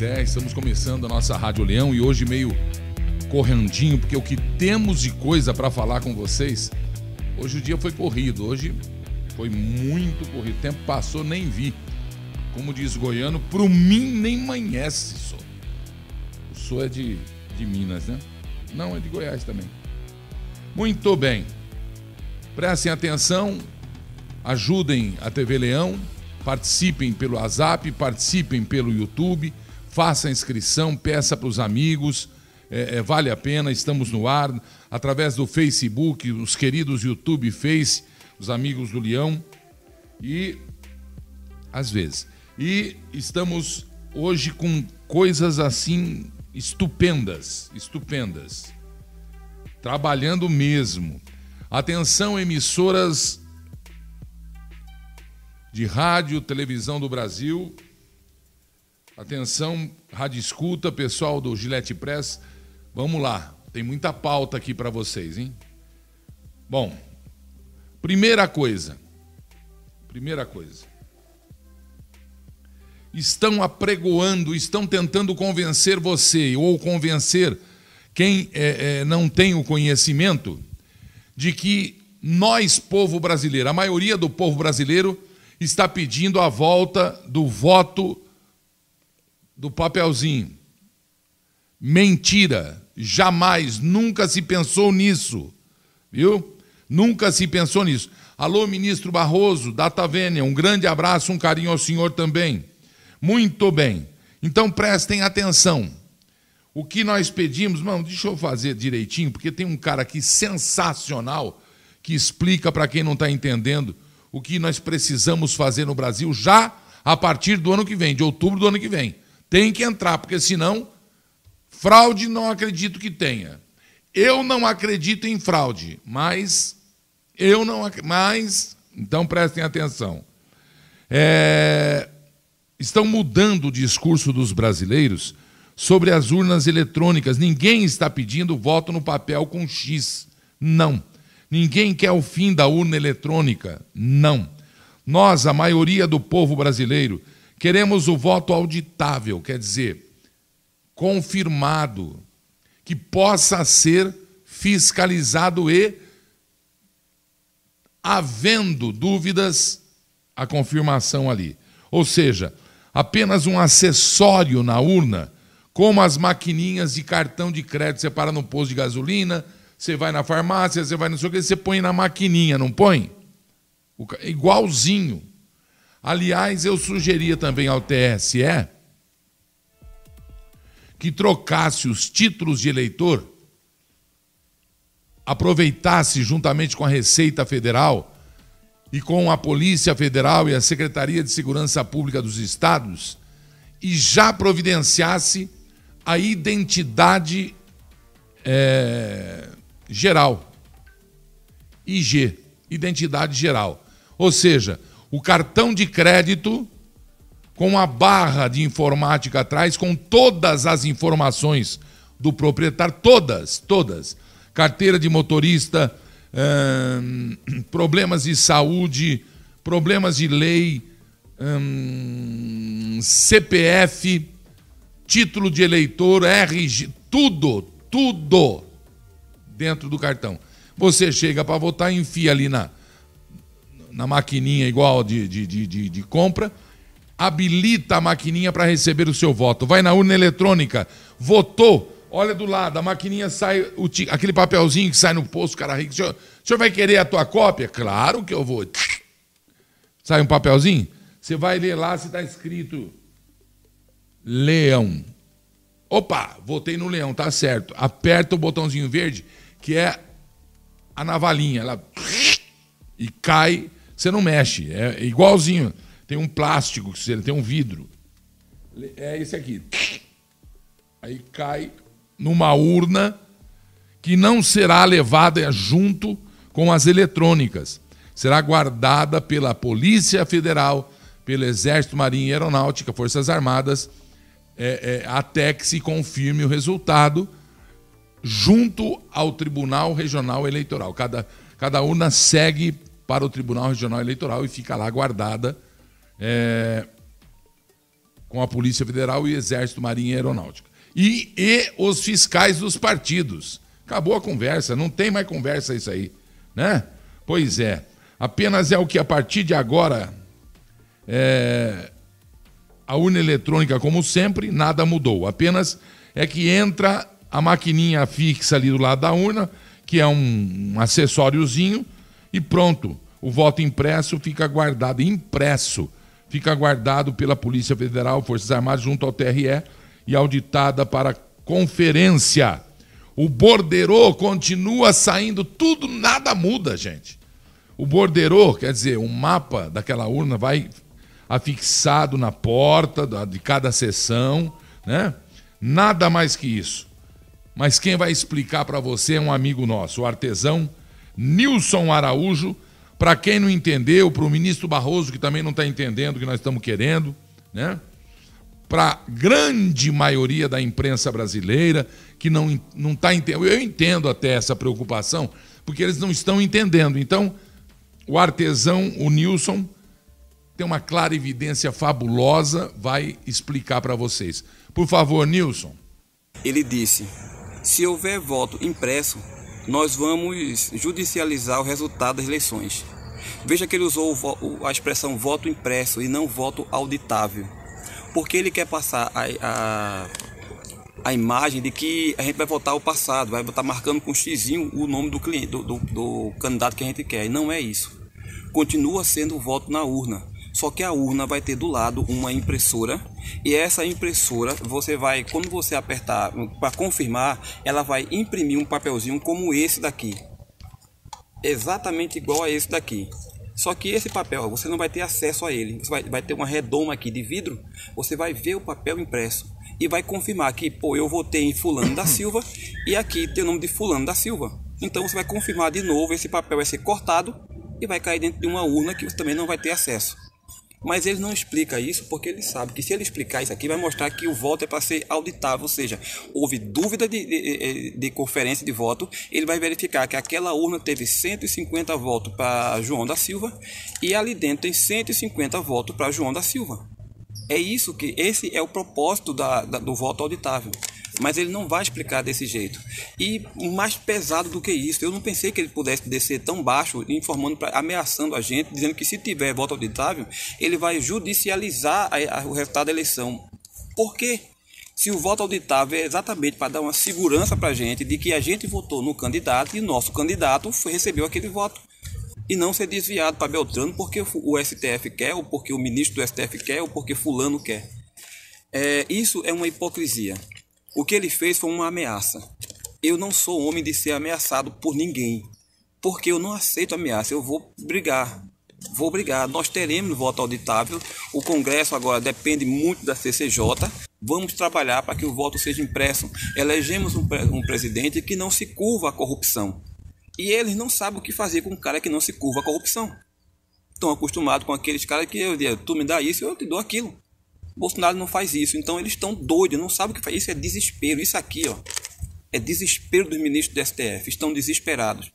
Estamos começando a nossa Rádio Leão e hoje meio correndinho, porque o que temos de coisa para falar com vocês, hoje o dia foi corrido, hoje foi muito corrido, o tempo passou, nem vi. Como diz o goiano, pro mim nem amanhece, só. O só é de Minas, né? Não, é de Goiás também. Muito bem. Prestem atenção, ajudem a TV Leão, participem pelo WhatsApp, participem pelo YouTube, faça a inscrição, peça para os amigos, vale a pena, estamos no ar, através do Facebook, os queridos YouTube Face, os amigos do Leão, e às vezes. E estamos hoje com coisas assim estupendas, trabalhando mesmo. Atenção, emissoras de rádio, televisão do Brasil. Atenção, Rádio Escuta, pessoal do Gillette Press. Vamos lá, tem muita pauta aqui para vocês, hein? Bom, primeira coisa. Estão apregoando, estão tentando convencer você ou convencer quem não tem o conhecimento de que nós, povo brasileiro, a maioria do povo brasileiro está pedindo a volta do voto do papelzinho. Mentira, jamais, nunca se pensou nisso, viu? Nunca se pensou nisso. Alô, ministro Barroso, Data Vênia, um grande abraço, um carinho ao senhor também. Muito bem, então prestem atenção. O que nós pedimos, deixa eu fazer direitinho, porque tem um cara aqui sensacional que explica para quem não está entendendo o que nós precisamos fazer no Brasil já a partir do ano que vem, de outubro do ano que vem. Tem que entrar, porque senão, fraude não acredito que tenha. Eu não acredito em fraude, mas então prestem atenção. Estão mudando o discurso dos brasileiros sobre as urnas eletrônicas. Ninguém está pedindo voto no papel com X. Não. Ninguém quer o fim da urna eletrônica. Não. Nós, a maioria do povo brasileiro, queremos o voto auditável, quer dizer, confirmado, que possa ser fiscalizado e, havendo dúvidas, a confirmação ali. Ou seja, apenas um acessório na urna, como as maquininhas de cartão de crédito. Você para no posto de gasolina, você vai na farmácia, você vai no sei o que, você põe na maquininha, não põe? Igualzinho. Aliás, eu sugeria também ao TSE que trocasse os títulos de eleitor, aproveitasse juntamente com a Receita Federal e com a Polícia Federal e a Secretaria de Segurança Pública dos Estados e já providenciasse a identidade geral. IG, identidade geral. Ou seja, o cartão de crédito com a barra de informática atrás, com todas as informações do proprietário, todas. Carteira de motorista, problemas de saúde, problemas de lei, CPF, título de eleitor, RG, tudo dentro do cartão. Você chega para votar, enfia ali na maquininha igual de compra, habilita a maquininha para receber o seu voto. Vai na urna eletrônica, votou, olha do lado, a maquininha sai, aquele papelzinho que sai no posto, cara rico. O senhor vai querer a tua cópia? Claro que eu vou. Sai um papelzinho, você vai ler lá se está escrito Leão. Opa, votei no Leão, tá certo. Aperta o botãozinho verde, que é a navalinha, ela e cai, você não mexe, é igualzinho. Tem um plástico, tem um vidro. É esse aqui. Aí cai numa urna que não será levada junto com as eletrônicas. Será guardada pela Polícia Federal, pelo Exército, Marinha e Aeronáutica, Forças Armadas, até que se confirme o resultado junto ao Tribunal Regional Eleitoral. Cada urna segue para o Tribunal Regional Eleitoral e fica lá guardada com a Polícia Federal e Exército, Marinha e Aeronáutica. E os fiscais dos partidos. Acabou a conversa, não tem mais conversa isso aí, né? Pois é, apenas é o que a partir de agora, a urna eletrônica, como sempre, nada mudou. Apenas é que entra a maquininha fixa ali do lado da urna, que é um acessóriozinho, e pronto, o voto impresso fica guardado, fica guardado pela Polícia Federal, Forças Armadas, junto ao TRE, e auditada para conferência. O borderô continua saindo, tudo, nada muda, gente. O borderô, quer dizer, o mapa daquela urna vai afixado na porta de cada sessão, né? Nada mais que isso. Mas quem vai explicar para você é um amigo nosso, o artesão Nilson Araújo. Para quem não entendeu, para o ministro Barroso, que também não está entendendo o que nós estamos querendo, né? Para a grande maioria da imprensa brasileira, que não está entendendo. Eu entendo até essa preocupação, porque eles não estão entendendo. Então, o artesão, o Nilson, tem uma clara evidência fabulosa, vai explicar para vocês. Por favor, Nilson. Ele disse, se houver voto impresso, nós vamos judicializar o resultado das eleições. Veja que ele usou a expressão voto impresso e não voto auditável, porque ele quer passar a imagem de que a gente vai votar o passado, vai estar marcando com um xizinho o nome do cliente, do candidato que a gente quer, e não é isso. Continua sendo o voto na urna, só que a urna vai ter do lado uma impressora, e essa impressora, quando você apertar para confirmar, ela vai imprimir um papelzinho como esse daqui, exatamente igual a esse daqui. Só que esse papel, você não vai ter acesso a ele, você vai ter uma redoma aqui de vidro, você vai ver o papel impresso e vai confirmar que, pô, eu votei em fulano da Silva e aqui tem o nome de fulano da Silva. Então você vai confirmar de novo, esse papel vai ser cortado e vai cair dentro de uma urna que você também não vai ter acesso. Mas ele não explica isso porque ele sabe que se ele explicar isso aqui vai mostrar que o voto é para ser auditável, ou seja, houve dúvida de conferência de voto, ele vai verificar que aquela urna teve 150 votos para João da Silva e ali dentro tem 150 votos para João da Silva. É isso que, esse é o propósito do voto auditável. Mas ele não vai explicar desse jeito. E mais pesado do que isso, eu não pensei que ele pudesse descer tão baixo, ameaçando a gente, dizendo que se tiver voto auditável, ele vai judicializar o resultado da eleição. Por quê? Se o voto auditável é exatamente para dar uma segurança para a gente de que a gente votou no candidato e nosso candidato recebeu aquele voto. E não ser desviado para Beltrano porque o STF quer, ou porque o ministro do STF quer, ou porque fulano quer. Isso é uma hipocrisia. O que ele fez foi uma ameaça. Eu não sou homem de ser ameaçado por ninguém, porque eu não aceito ameaça, eu vou brigar. Nós teremos voto auditável, o Congresso agora depende muito da CCJ, vamos trabalhar para que o voto seja impresso. Elegemos um presidente que não se curva à corrupção. E eles não sabem o que fazer com um cara que não se curva à corrupção. Estão acostumados com aqueles caras que tu me dá isso, eu te dou aquilo. Bolsonaro não faz isso, então eles estão doidos, não sabem o que faz. Isso é desespero, isso aqui, ó, é desespero dos ministros do STF, estão desesperados.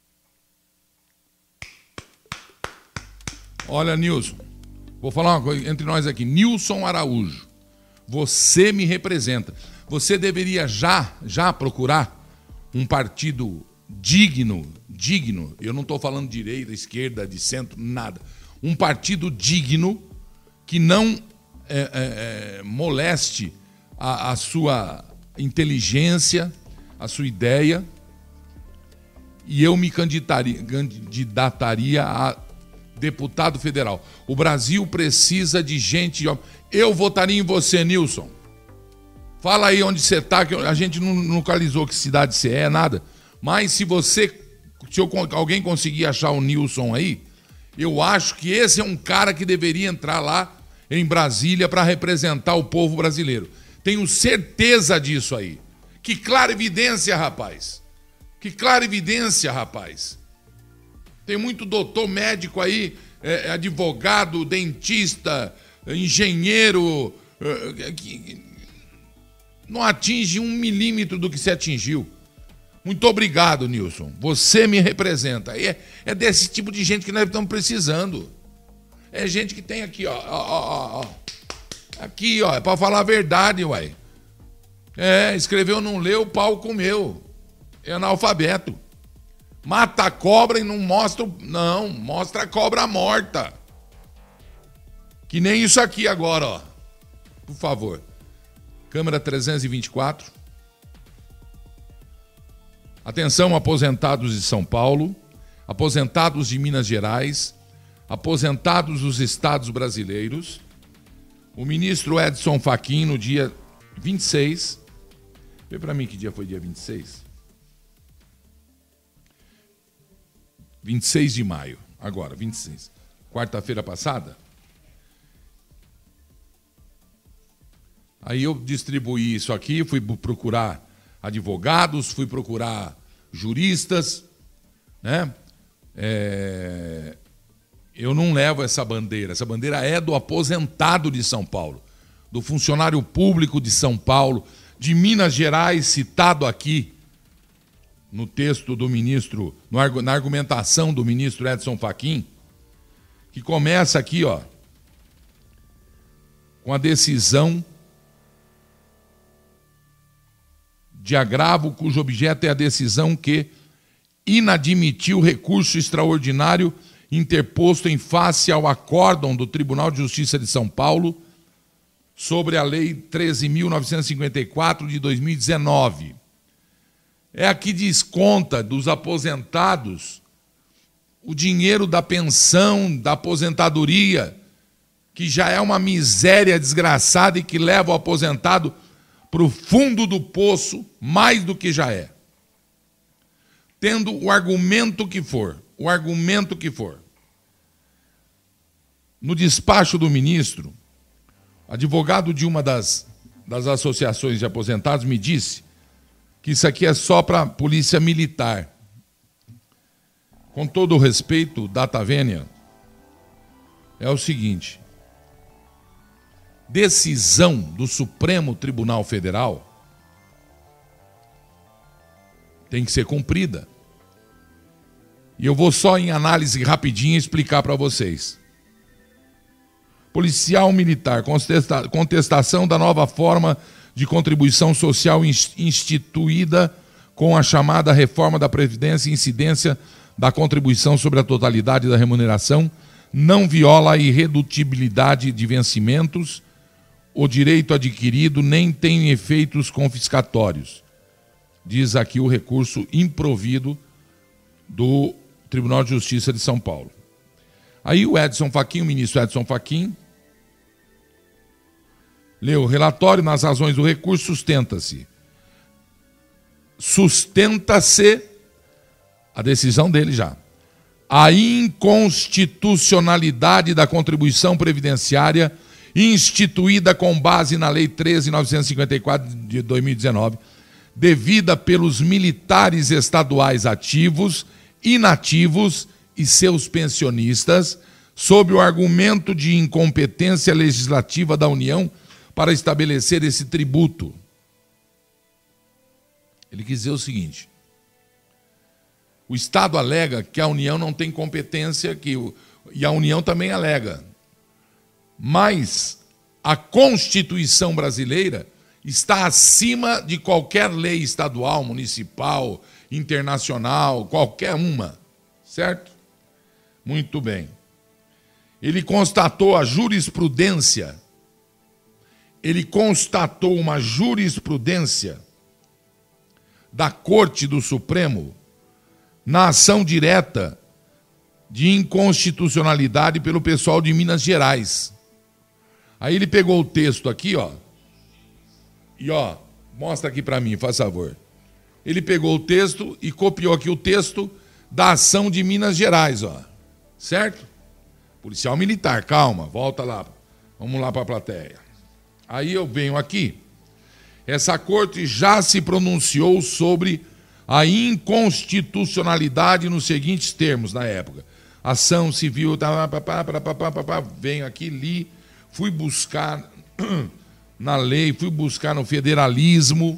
Olha, Nilson, vou falar uma coisa entre nós aqui. Nilson Araújo, você me representa. Você deveria já procurar um partido digno, eu não estou falando de direita, esquerda, de centro, nada. Um partido digno que não moleste a sua inteligência, a sua ideia, e eu me candidataria a deputado federal. O Brasil precisa de gente. Eu votaria em você, Nilson. Fala aí onde você está, que a gente não localizou que cidade você é, nada. Mas se alguém conseguir achar o Nilson aí, eu acho que esse é um cara que deveria entrar lá em Brasília para representar o povo brasileiro. Tenho certeza disso aí. Que clara evidência, rapaz. Que clara evidência, rapaz. Tem muito doutor médico aí, advogado, dentista, engenheiro, que não atinge 1 milímetro do que se atingiu. Muito obrigado, Nilson. Você me representa. É desse tipo de gente que nós estamos precisando. É gente que tem aqui, ó. Aqui, ó, é pra falar a verdade, uai. Escreveu, não leu, o pau comeu. É analfabeto. Mata a cobra e não mostra... Não, mostra a cobra morta. Que nem isso aqui agora, ó. Por favor. Câmera 324. Atenção, aposentados de São Paulo, aposentados de Minas Gerais, aposentados dos estados brasileiros. O ministro Edson Fachin, no dia 26... Vê para mim que dia foi dia 26. 26 de maio. Agora, 26. Quarta-feira passada. Aí eu distribuí isso aqui, fui procurar advogados, fui procurar juristas, né? Eu não levo essa bandeira é do aposentado de São Paulo, do funcionário público de São Paulo, de Minas Gerais, citado aqui no texto do ministro, na argumentação do ministro Edson Fachin, que começa aqui, ó, com a decisão de agravo cujo objeto é a decisão que inadmitiu recurso extraordinário interposto em face ao acórdão do Tribunal de Justiça de São Paulo sobre a Lei 13.954 de 2019. É a que desconta dos aposentados o dinheiro da pensão, da aposentadoria, que já é uma miséria desgraçada e que leva o aposentado para o fundo do poço mais do que já é. Tendo o argumento que for. No despacho do ministro, advogado de uma das associações de aposentados me disse que isso aqui é só para a polícia militar. Com todo o respeito, data vênia, é o seguinte: decisão do Supremo Tribunal Federal tem que ser cumprida. E eu vou só em análise rapidinha explicar para vocês. Policial militar, contestação da nova forma de contribuição social instituída com a chamada reforma da Previdência e incidência da contribuição sobre a totalidade da remuneração, não viola a irredutibilidade de vencimentos, o direito adquirido nem tem efeitos confiscatórios. Diz aqui o recurso improvido do Tribunal de Justiça de São Paulo. Aí o ministro Edson Fachin, leu o relatório. Nas razões do recurso sustenta-se a decisão dele já, a inconstitucionalidade da contribuição previdenciária instituída com base na Lei 13.954 de 2019, devida pelos militares estaduais ativos, inativos e seus pensionistas, sob o argumento de incompetência legislativa da União para estabelecer esse tributo. Ele quis dizer o seguinte: o Estado alega que a União não tem competência, e a União também alega. Mas a Constituição brasileira está acima de qualquer lei estadual, municipal, internacional, qualquer uma. Certo? Muito bem. Ele constatou uma jurisprudência da Corte do Supremo na ação direta de inconstitucionalidade pelo pessoal de Minas Gerais. Aí ele pegou o texto aqui, ó, e ó, mostra aqui para mim, faz favor. Ele pegou o texto e copiou aqui o texto da ação de Minas Gerais, ó, certo? Policial militar, calma, volta lá, vamos lá para a plateia. Aí eu venho aqui, essa corte já se pronunciou sobre a inconstitucionalidade nos seguintes termos na época: ação civil, venho aqui, li, fui buscar na lei, fui buscar no federalismo,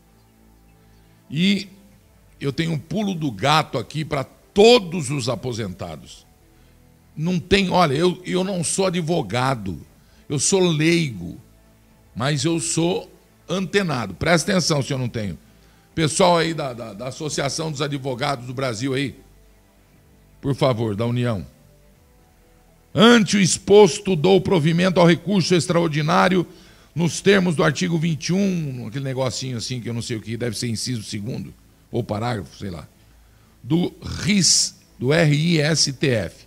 e eu tenho um pulo do gato aqui para todos os aposentados. Não tem, olha, eu não sou advogado, eu sou leigo, Mas eu sou antenado. Presta atenção se eu não tenho. Pessoal aí da Associação dos Advogados do Brasil aí, por favor, da União. Ante o exposto, dou provimento ao recurso extraordinário nos termos do artigo 21, aquele negocinho assim que eu não sei o que, deve ser inciso 2º, ou parágrafo, sei lá, do RIS, do RISTF.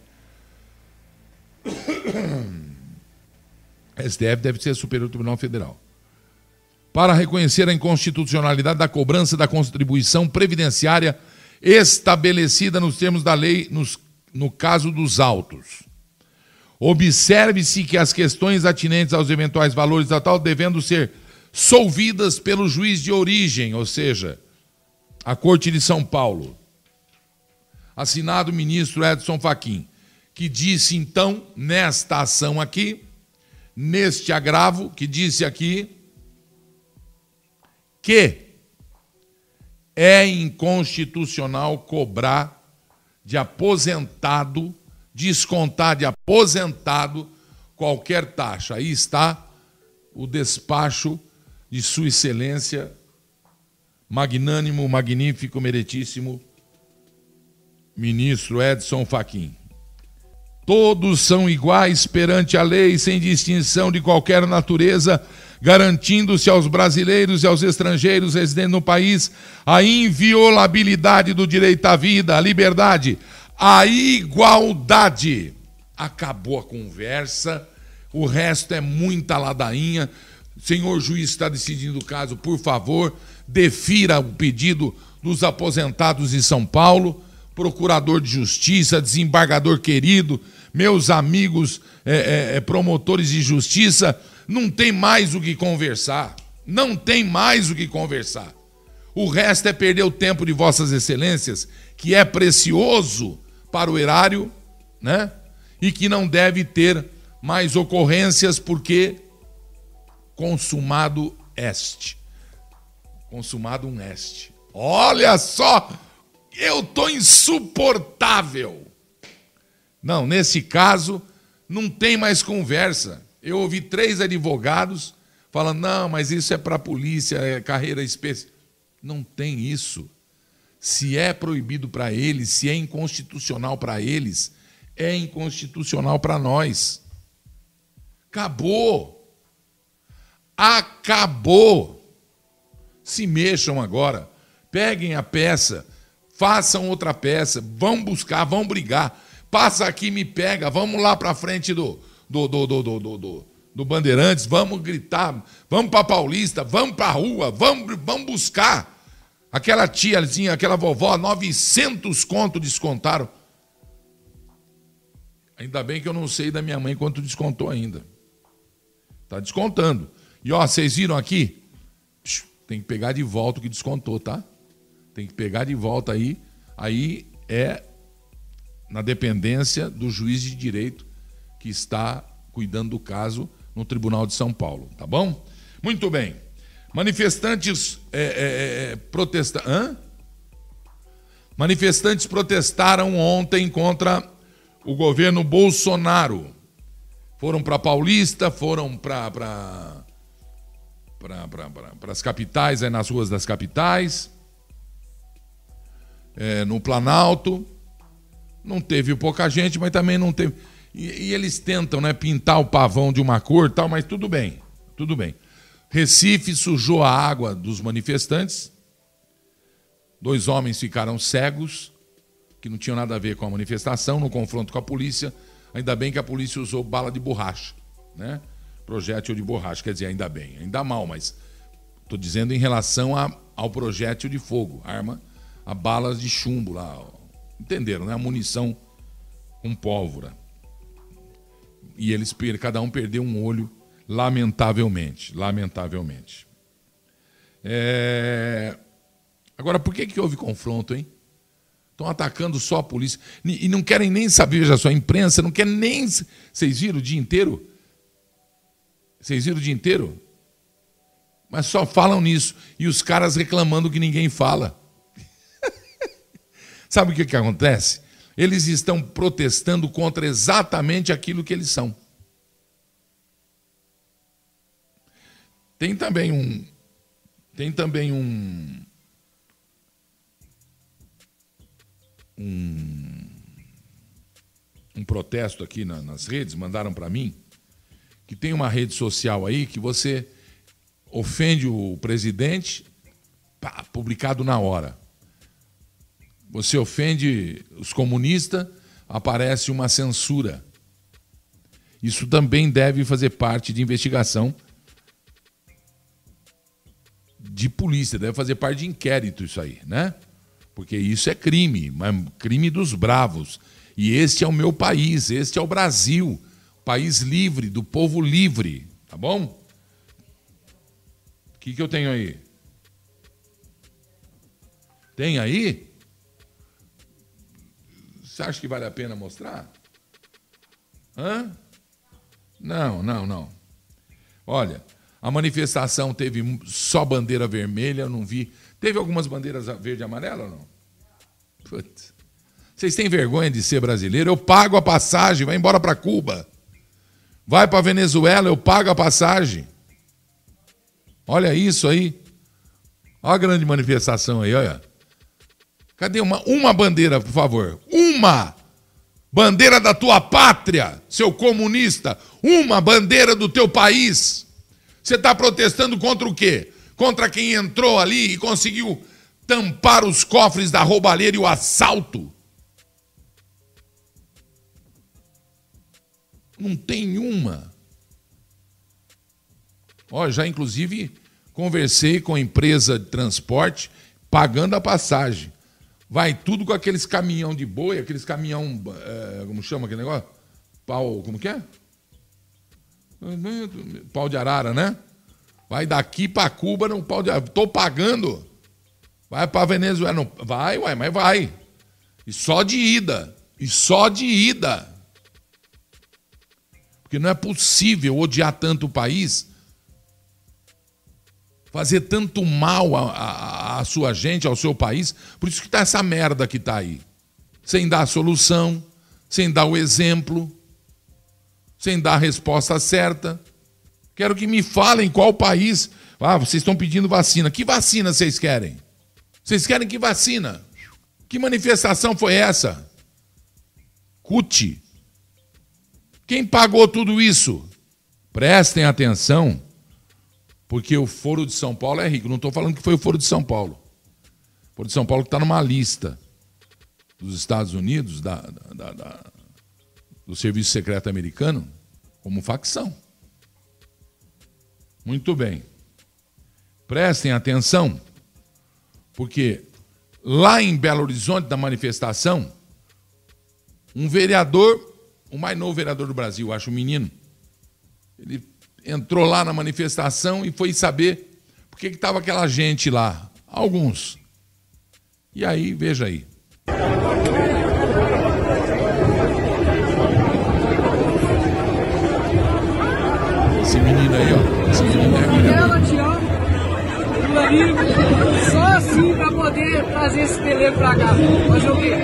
STF deve ser Superior Tribunal Federal. Para reconhecer a inconstitucionalidade da cobrança da contribuição previdenciária estabelecida nos termos da lei no caso dos autos. Observe-se que as questões atinentes aos eventuais valores da tal devendo ser solvidas pelo juiz de origem, ou seja, a Corte de São Paulo. Assinado o ministro Edson Fachin, que disse então, nesta ação aqui, neste agravo, que disse aqui, que é inconstitucional cobrar de aposentado, descontar de aposentado qualquer taxa. Aí está o despacho de Sua Excelência, magnânimo, magnífico, meritíssimo ministro Edson Fachin. Todos são iguais perante a lei, sem distinção de qualquer natureza, garantindo-se aos brasileiros e aos estrangeiros residentes no país a inviolabilidade do direito à vida, à liberdade, à igualdade. Acabou a conversa, o resto é muita ladainha. O senhor juiz está decidindo o caso, por favor, defira o pedido dos aposentados de São Paulo, procurador de justiça, desembargador querido, meus amigos promotores de justiça, não tem mais o que conversar. Não tem mais o que conversar. O resto é perder o tempo de vossas excelências, que é precioso para o erário, né? E que não deve ter mais ocorrências porque consumado est. Consumado um est. Olha só, eu estou insuportável. Não, nesse caso, não tem mais conversa. Eu ouvi 3 advogados falando, não, mas isso é para a polícia, é carreira especial. Não tem isso. Se é proibido para eles, se é inconstitucional para eles, é inconstitucional para nós. Acabou. Acabou. Se mexam agora. Peguem a peça, façam outra peça, vão buscar, vão brigar. Passa aqui, me pega, vamos lá para frente do Bandeirantes, vamos gritar, vamos para Paulista, vamos para a rua, vamos buscar. Aquela tiazinha, aquela vovó, 900 conto descontaram. Ainda bem que eu não sei da minha mãe quanto descontou ainda. Está descontando. E ó, vocês viram aqui? Tem que pegar de volta o que descontou, tá? Tem que pegar de volta aí. Aí é na dependência do juiz de direito que está cuidando do caso no Tribunal de São Paulo, tá bom? Muito bem. Manifestantes Manifestantes protestaram ontem contra o governo Bolsonaro. Foram para Paulista, foram para as capitais, nas ruas das capitais, no Planalto. Não teve pouca gente, mas também não teve. E eles tentam, né, pintar o pavão de uma cor e tal, mas tudo bem, tudo bem. Recife sujou a água dos manifestantes. 2 homens ficaram cegos, que não tinham nada a ver com a manifestação, no confronto com a polícia. Ainda bem que a polícia usou bala de borracha, né? Projétil de borracha, quer dizer, ainda bem, ainda mal, mas estou dizendo em relação ao projétil de fogo, arma, a balas de chumbo lá, entenderam, né? A munição com pólvora. E eles, cada um perdeu um olho, lamentavelmente. Agora, por que houve confronto, hein? Estão atacando só a polícia. E não querem nem saber, veja só, a imprensa não quer nem... Vocês viram o dia inteiro? Vocês viram o dia inteiro? Mas só falam nisso. E os caras reclamando que ninguém fala. Sabe o que acontece? Eles estão protestando contra exatamente aquilo que eles são. Tem também um protesto aqui nas redes, mandaram para mim, que tem uma rede social aí que você ofende o presidente, pá, publicado na hora. Você ofende os comunistas, aparece uma censura. Isso também deve fazer parte de investigação de polícia, deve fazer parte de inquérito isso aí, né? Porque isso é crime, mas crime dos bravos. E este é o meu país, este é o Brasil, país livre, do povo livre, tá bom? O que eu tenho aí? Tem aí? Você acha que vale a pena mostrar? Hã? Não. Olha, a manifestação teve só bandeira vermelha, eu não vi. Teve algumas bandeiras verde e amarela ou não? Putz. Vocês têm vergonha de ser brasileiro? Eu pago a passagem, vai embora para Cuba. Vai para Venezuela, eu pago a passagem. Olha isso aí. Olha a grande manifestação aí, olha. Cadê uma bandeira, por favor? Uma! Bandeira da tua pátria, seu comunista. Uma bandeira do teu país. Você está protestando contra o quê? Contra quem entrou ali e conseguiu tampar os cofres da roubalheira e o assalto. Não tem uma. Ó, já inclusive conversei com a empresa de transporte pagando a passagem. Vai tudo com aqueles caminhão de boi, aqueles caminhão, como chama aquele negócio? Pau, como que é? Pau de arara, né? Vai daqui para Cuba no pau de arara. Estou pagando. Vai para Venezuela. Não, vai, ué, mas vai. E só de ida. Porque não é possível odiar tanto o país, fazer tanto mal à sua gente, ao seu país. Por isso que está essa merda que está aí. Sem dar a solução, sem dar o exemplo, sem dar a resposta certa. Quero que me falem qual país. Ah, vocês estão pedindo vacina. Que vacina vocês querem? Vocês querem que vacina? Que manifestação foi essa? CUT. Quem pagou tudo isso? Prestem atenção, porque o Foro de São Paulo é rico. Não estou falando que foi o Foro de São Paulo. O Foro de São Paulo está numa lista dos Estados Unidos, do Serviço Secreto Americano, como facção. Muito bem. Prestem atenção, porque lá em Belo Horizonte, na manifestação, um vereador, o mais novo vereador do Brasil, acho um menino, ele entrou lá na manifestação e foi saber por que estava aquela gente lá. Alguns. E aí, veja aí. Esse menino aí, ó. Esse menino é vereador. Só assim para poder trazer esse pelego para cá. Pode ouvir?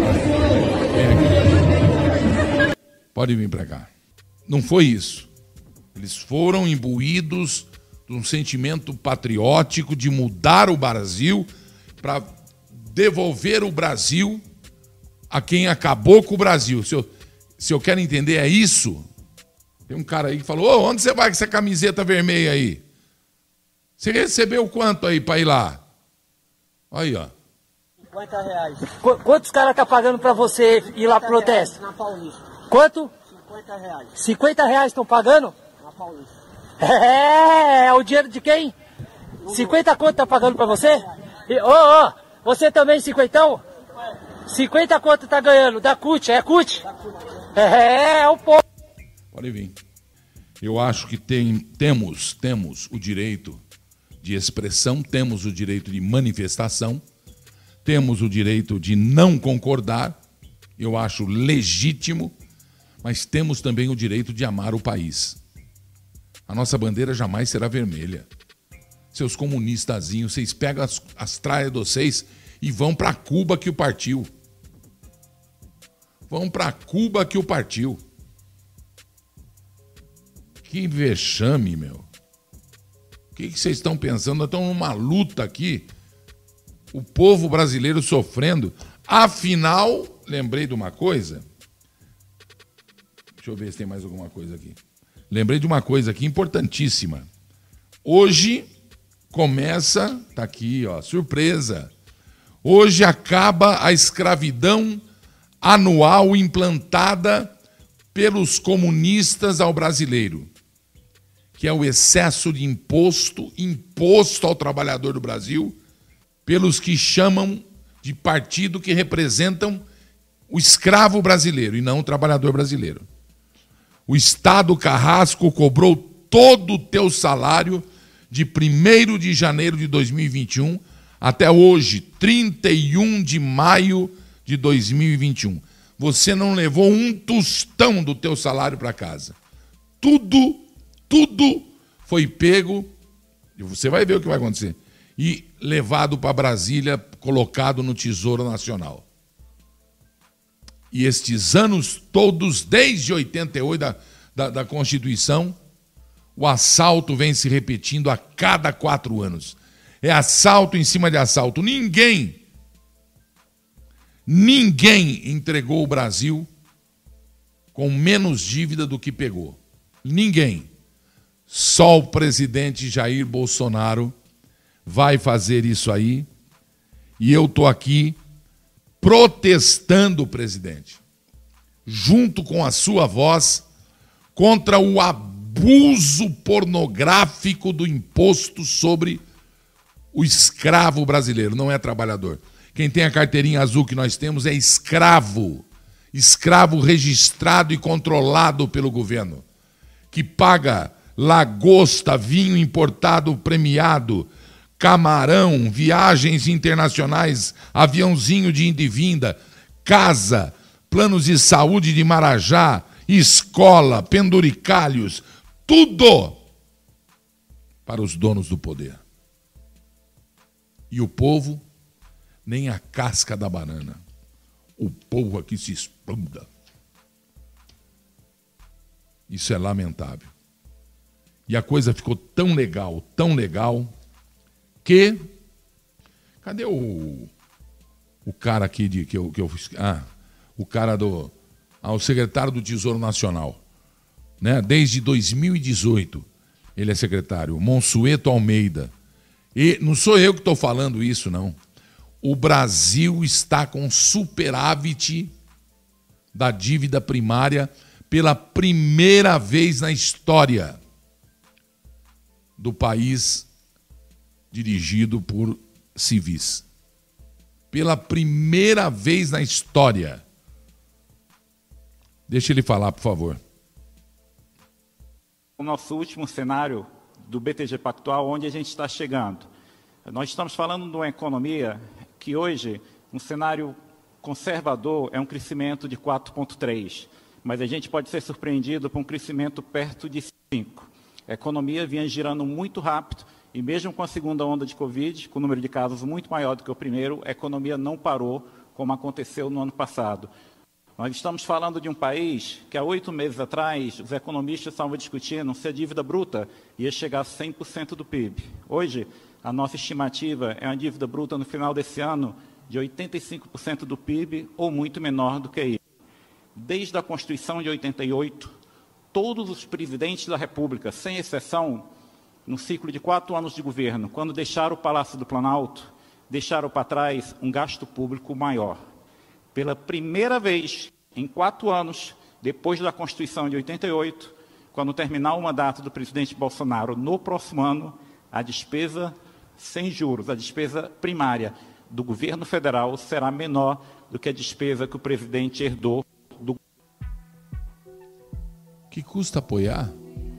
Pode vir para cá. Não foi isso. Eles foram imbuídos de um sentimento patriótico de mudar o Brasil para devolver o Brasil a quem acabou com o Brasil. Se eu quero entender, é isso. Tem um cara aí que falou: ô, onde você vai com essa camiseta vermelha aí? Você recebeu quanto aí para ir lá? Aí, ó. R$50. Quantos caras tá pagando para você ir lá pro protesto? Na Paulista. Quanto? R$50. R$50 estão pagando? Na Paulista. É o dinheiro de quem? 50 conto tá pagando para você? Você também 50? 50 conto tá ganhando? Da CUT, é CUT? É o povo. Pode vir. Eu acho que temos o direito de expressão, temos o direito de manifestação, temos o direito de não concordar, eu acho legítimo, mas temos também o direito de amar o país. A nossa bandeira jamais será vermelha. Seus comunistazinhos, vocês pegam as traias de vocês e vão para Cuba que o partiu. Vão para Cuba que o partiu. Que vexame, meu. que vocês estão pensando? Nós estamos numa luta aqui. O povo brasileiro sofrendo. Afinal, lembrei de uma coisa. Deixa eu ver se tem mais alguma coisa aqui. Lembrei de uma coisa aqui importantíssima. Hoje começa, tá aqui, ó, surpresa. Hoje acaba a escravidão anual implantada pelos comunistas ao brasileiro, que é o excesso de imposto ao trabalhador do Brasil, pelos que chamam de partido que representam o escravo brasileiro e não o trabalhador brasileiro. O Estado Carrasco cobrou todo o teu salário de 1º de janeiro de 2021 até hoje, 31 de maio de 2021. Você não levou um tostão do teu salário para casa. Tudo foi pego, e você vai ver o que vai acontecer, e levado para Brasília, colocado no Tesouro Nacional. E estes anos todos, desde 88 da Constituição, o assalto vem se repetindo a cada 4 anos. É assalto em cima de assalto. Ninguém entregou o Brasil com menos dívida do que pegou. Ninguém. Só o presidente Jair Bolsonaro vai fazer isso aí. E eu estou aqui protestando o presidente, junto com a sua voz, contra o abuso pornográfico do imposto sobre o escravo brasileiro. Não é trabalhador. Quem tem a carteirinha azul que nós temos é escravo. Escravo registrado e controlado pelo governo, que paga lagosta, vinho importado premiado, camarão, viagens internacionais, aviãozinho de ida e vinda, casa, planos de saúde de Marajá, escola, penduricalhos, tudo para os donos do poder. E o povo, nem a casca da banana. O povo aqui se exploda. Isso é lamentável. E a coisa ficou tão legal, que... Cadê o cara aqui que eu fiz? O cara o secretário do Tesouro Nacional. Né? Desde 2018 ele é secretário. Monsueto Almeida. E não sou eu que estou falando isso, não. O Brasil está com superávit da dívida primária pela primeira vez na história do país dirigido por civis. Pela primeira vez na história. Deixa ele falar, por favor. O nosso último cenário do BTG Pactual, onde a gente está chegando. Nós estamos falando de uma economia que hoje, um cenário conservador, é um crescimento de 4,3%, mas a gente pode ser surpreendido por um crescimento perto de 5%. A economia vinha girando muito rápido e mesmo com a segunda onda de Covid, com o número de casos muito maior do que o primeiro, a economia não parou, como aconteceu no ano passado. Nós estamos falando de um país que há 8 meses atrás os economistas estavam discutindo se a dívida bruta ia chegar a 100% do PIB. Hoje, a nossa estimativa é uma dívida bruta no final desse ano de 85% do PIB ou muito menor do que isso. Desde a Constituição de 88, todos os presidentes da República, sem exceção, no ciclo de 4 anos de governo, quando deixaram o Palácio do Planalto, deixaram para trás um gasto público maior. Pela primeira vez em 4 anos, depois da Constituição de 88, quando terminar o mandato do presidente Bolsonaro no próximo ano, a despesa sem juros, a despesa primária do governo federal será menor do que a despesa que o presidente herdou do... Que custa apoiar?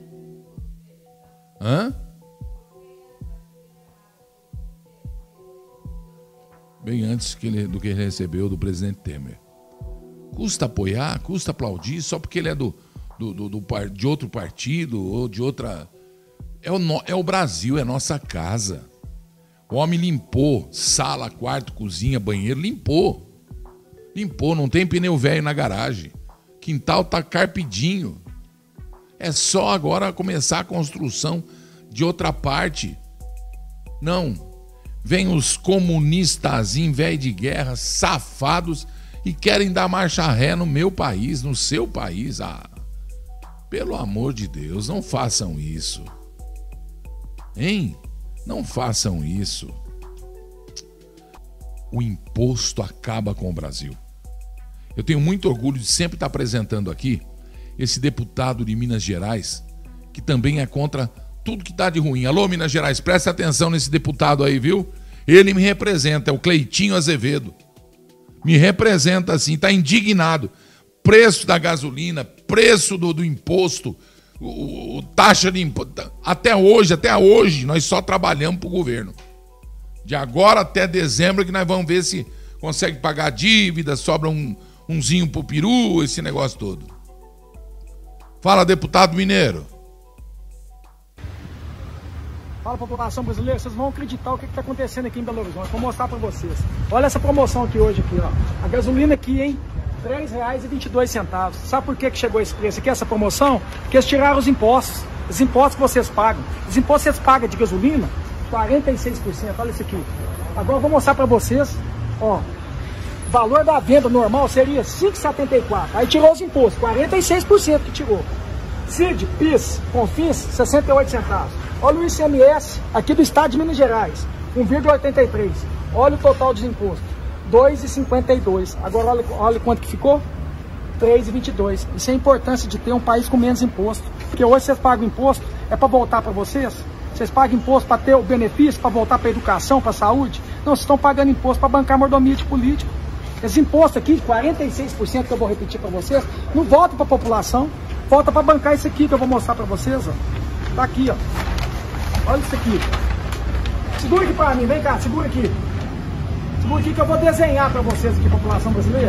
Bem antes do que ele recebeu do presidente Temer. Custa apoiar, custa aplaudir, só porque ele é de outro partido ou de outra... É o Brasil, é nossa casa. O homem limpou sala, quarto, cozinha, banheiro, limpou. Limpou, não tem pneu velho na garagem. Quintal tá carpidinho. É só agora começar a construção de outra parte. Não. Vem os comunistazinhos, velho de guerra, safados, e querem dar marcha ré no meu país, no seu país. Ah, pelo amor de Deus, não façam isso. Hein? Não façam isso. O imposto acaba com o Brasil. Eu tenho muito orgulho de sempre estar apresentando aqui esse deputado de Minas Gerais, que também é contra tudo que está de ruim. Alô, Minas Gerais, presta atenção nesse deputado aí, viu? Ele me representa, é o Cleitinho Azevedo. Me representa assim, está indignado. Preço da gasolina, preço do imposto, taxa de imposto. Até hoje, nós só trabalhamos para o governo. De agora até dezembro que nós vamos ver se consegue pagar a dívida, sobra umzinho pro peru, esse negócio todo. Fala, deputado mineiro. Fala, população brasileira, vocês vão acreditar o que está acontecendo aqui em Belo Horizonte. Vou mostrar para vocês. Olha essa promoção aqui hoje, aqui, ó. A gasolina aqui, hein? R$ 3,22. Sabe por que chegou esse preço aqui, essa promoção? Porque eles tiraram os impostos. Os impostos que vocês pagam. Os impostos que vocês pagam de gasolina, 46%. Olha isso aqui. Agora eu vou mostrar para vocês, ó. O valor da venda normal seria R$ 5,74. Aí tirou os impostos, 46% que tirou. CID, PIS, CONFINS, 68 centavos. Olha o ICMS aqui do estado de Minas Gerais, 1,83. Olha o total dos impostos, 2,52. Agora olha quanto que ficou, 3,22. Isso é a importância de ter um país com menos imposto. Porque hoje vocês pagam imposto, é para voltar para vocês? Vocês pagam imposto para ter o benefício, para voltar para a educação, para a saúde? Não, vocês estão pagando imposto para bancar mordomia de político. Esse imposto aqui, 46% que eu vou repetir para vocês, não volta para a população, volta para bancar isso aqui que eu vou mostrar para vocês, ó. Tá aqui, ó. Olha isso aqui. Segura aqui para mim, vem cá, segura aqui. Segura aqui que eu vou desenhar para vocês aqui, população brasileira.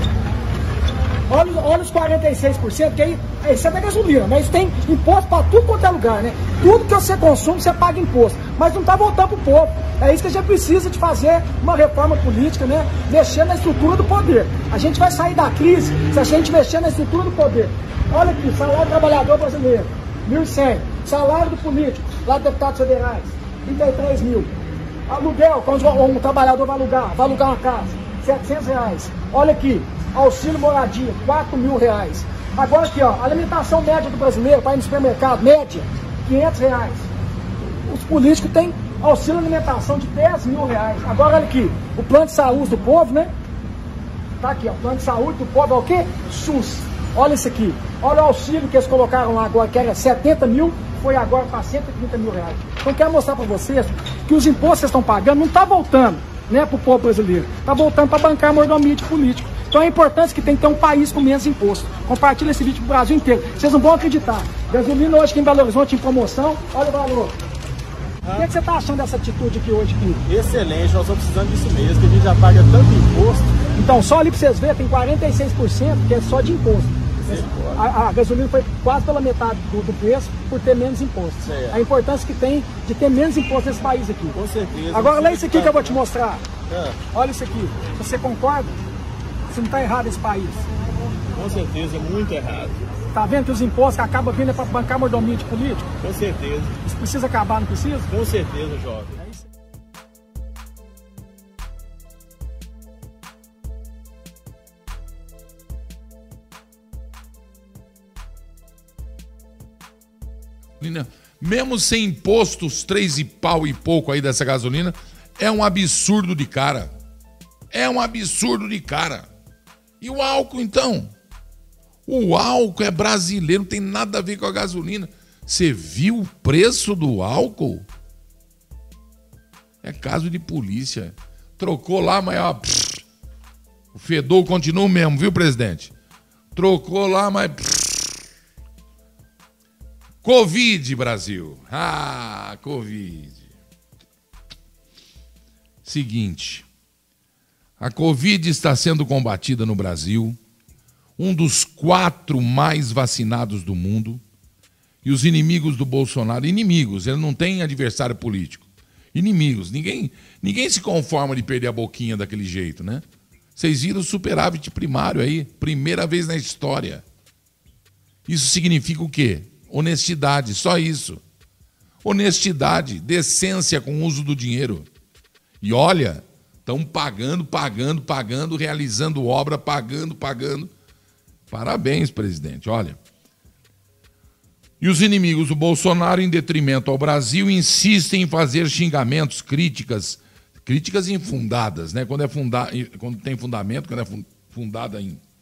Olha os 46%, que aí isso é da gasolina, mas tem imposto para tudo quanto é lugar, né? Tudo que você consome, você paga imposto. Mas não está voltando para o povo. É isso que a gente precisa de fazer, uma reforma política, né? Mexer na estrutura do poder. A gente vai sair da crise se a gente mexer na estrutura do poder. Olha aqui, salário do trabalhador brasileiro, 1.100. Salário do político, lá de deputados federais, 33 mil. Aluguel, quando um trabalhador vai alugar uma casa, R$700. Olha aqui, auxílio moradia, R$4.000. Agora aqui, ó, a alimentação média do brasileiro para ir no supermercado, média, R$500. Os políticos têm auxílio alimentação de R$10.000. Agora olha aqui, o plano de saúde do povo, né? Tá aqui, ó, o plano de saúde do povo é o quê? SUS. Olha isso aqui, olha o auxílio que eles colocaram lá agora, que era 70 mil, foi agora para 130 mil reais. Então quero mostrar para vocês que os impostos que vocês estão pagando não está voltando, né, para o povo brasileiro, está voltando para bancar a mordomia de político. Então é importante que tem que ter um país com menos imposto. Compartilha esse vídeo para o Brasil inteiro. Vocês não vão acreditar. Gasolina hoje aqui em Belo Horizonte em promoção, olha o valor. O que você está achando dessa atitude aqui hoje? Aqui? Excelente, nós estamos precisando disso mesmo, que a gente já paga tanto imposto. Então, só ali para vocês verem, tem 46% que é só de imposto. A gasolina foi quase pela metade do preço por ter menos imposto. A importância que tem de ter menos imposto nesse país aqui. Com certeza. Agora, olha isso aqui que eu vou te mostrar. Olha isso aqui. Você concorda? Você não está errado esse país. Com certeza, muito errado. Tá vendo que os impostos que acabam vindo é para bancar mordomia de político? Com certeza. Isso precisa acabar, não precisa? Com certeza, jovem. É isso. Mesmo sem impostos, 3 e pau e pouco aí dessa gasolina, é um absurdo de cara. É um absurdo de cara. E o álcool, então? O álcool é brasileiro, não tem nada a ver com a gasolina. Você viu o preço do álcool? É caso de polícia. Trocou lá, mas ó, o fedor continua o mesmo, viu, presidente? Trocou lá, mas... Covid, Brasil. Ah, Covid. Seguinte. A Covid está sendo combatida no Brasil, um dos 4 mais vacinados do mundo, e os inimigos do Bolsonaro, inimigos, ele não tem adversário político, inimigos, ninguém se conforma de perder a boquinha daquele jeito, né? Vocês viram o superávit primário aí, primeira vez na história. Isso significa o quê? Honestidade, só isso. honestidade, decência com o uso do dinheiro. E olha, estão pagando, realizando obra, pagando. Parabéns, presidente, olha. E os inimigos do Bolsonaro, em detrimento ao Brasil, insistem em fazer xingamentos, críticas infundadas, né? Quando tem fundamento, quando é fundada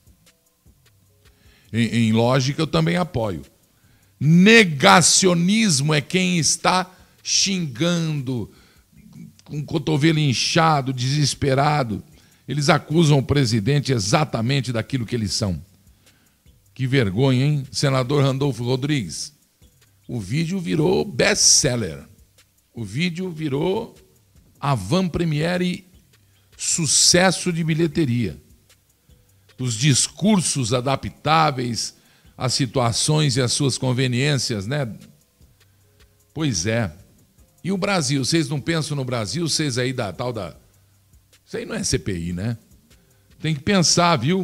em lógica, eu também apoio. Negacionismo é quem está xingando, com o cotovelo inchado, desesperado. Eles acusam o presidente exatamente daquilo que eles são. Que vergonha, hein? Senador Randolfo Rodrigues. O vídeo virou best-seller. O vídeo virou avant-premiere, sucesso de bilheteria. Os discursos adaptáveis às situações e às suas conveniências, né? Pois é. E o Brasil? Vocês não pensam no Brasil? Vocês aí da tal da... Isso aí não é CPI, né? Tem que pensar, viu?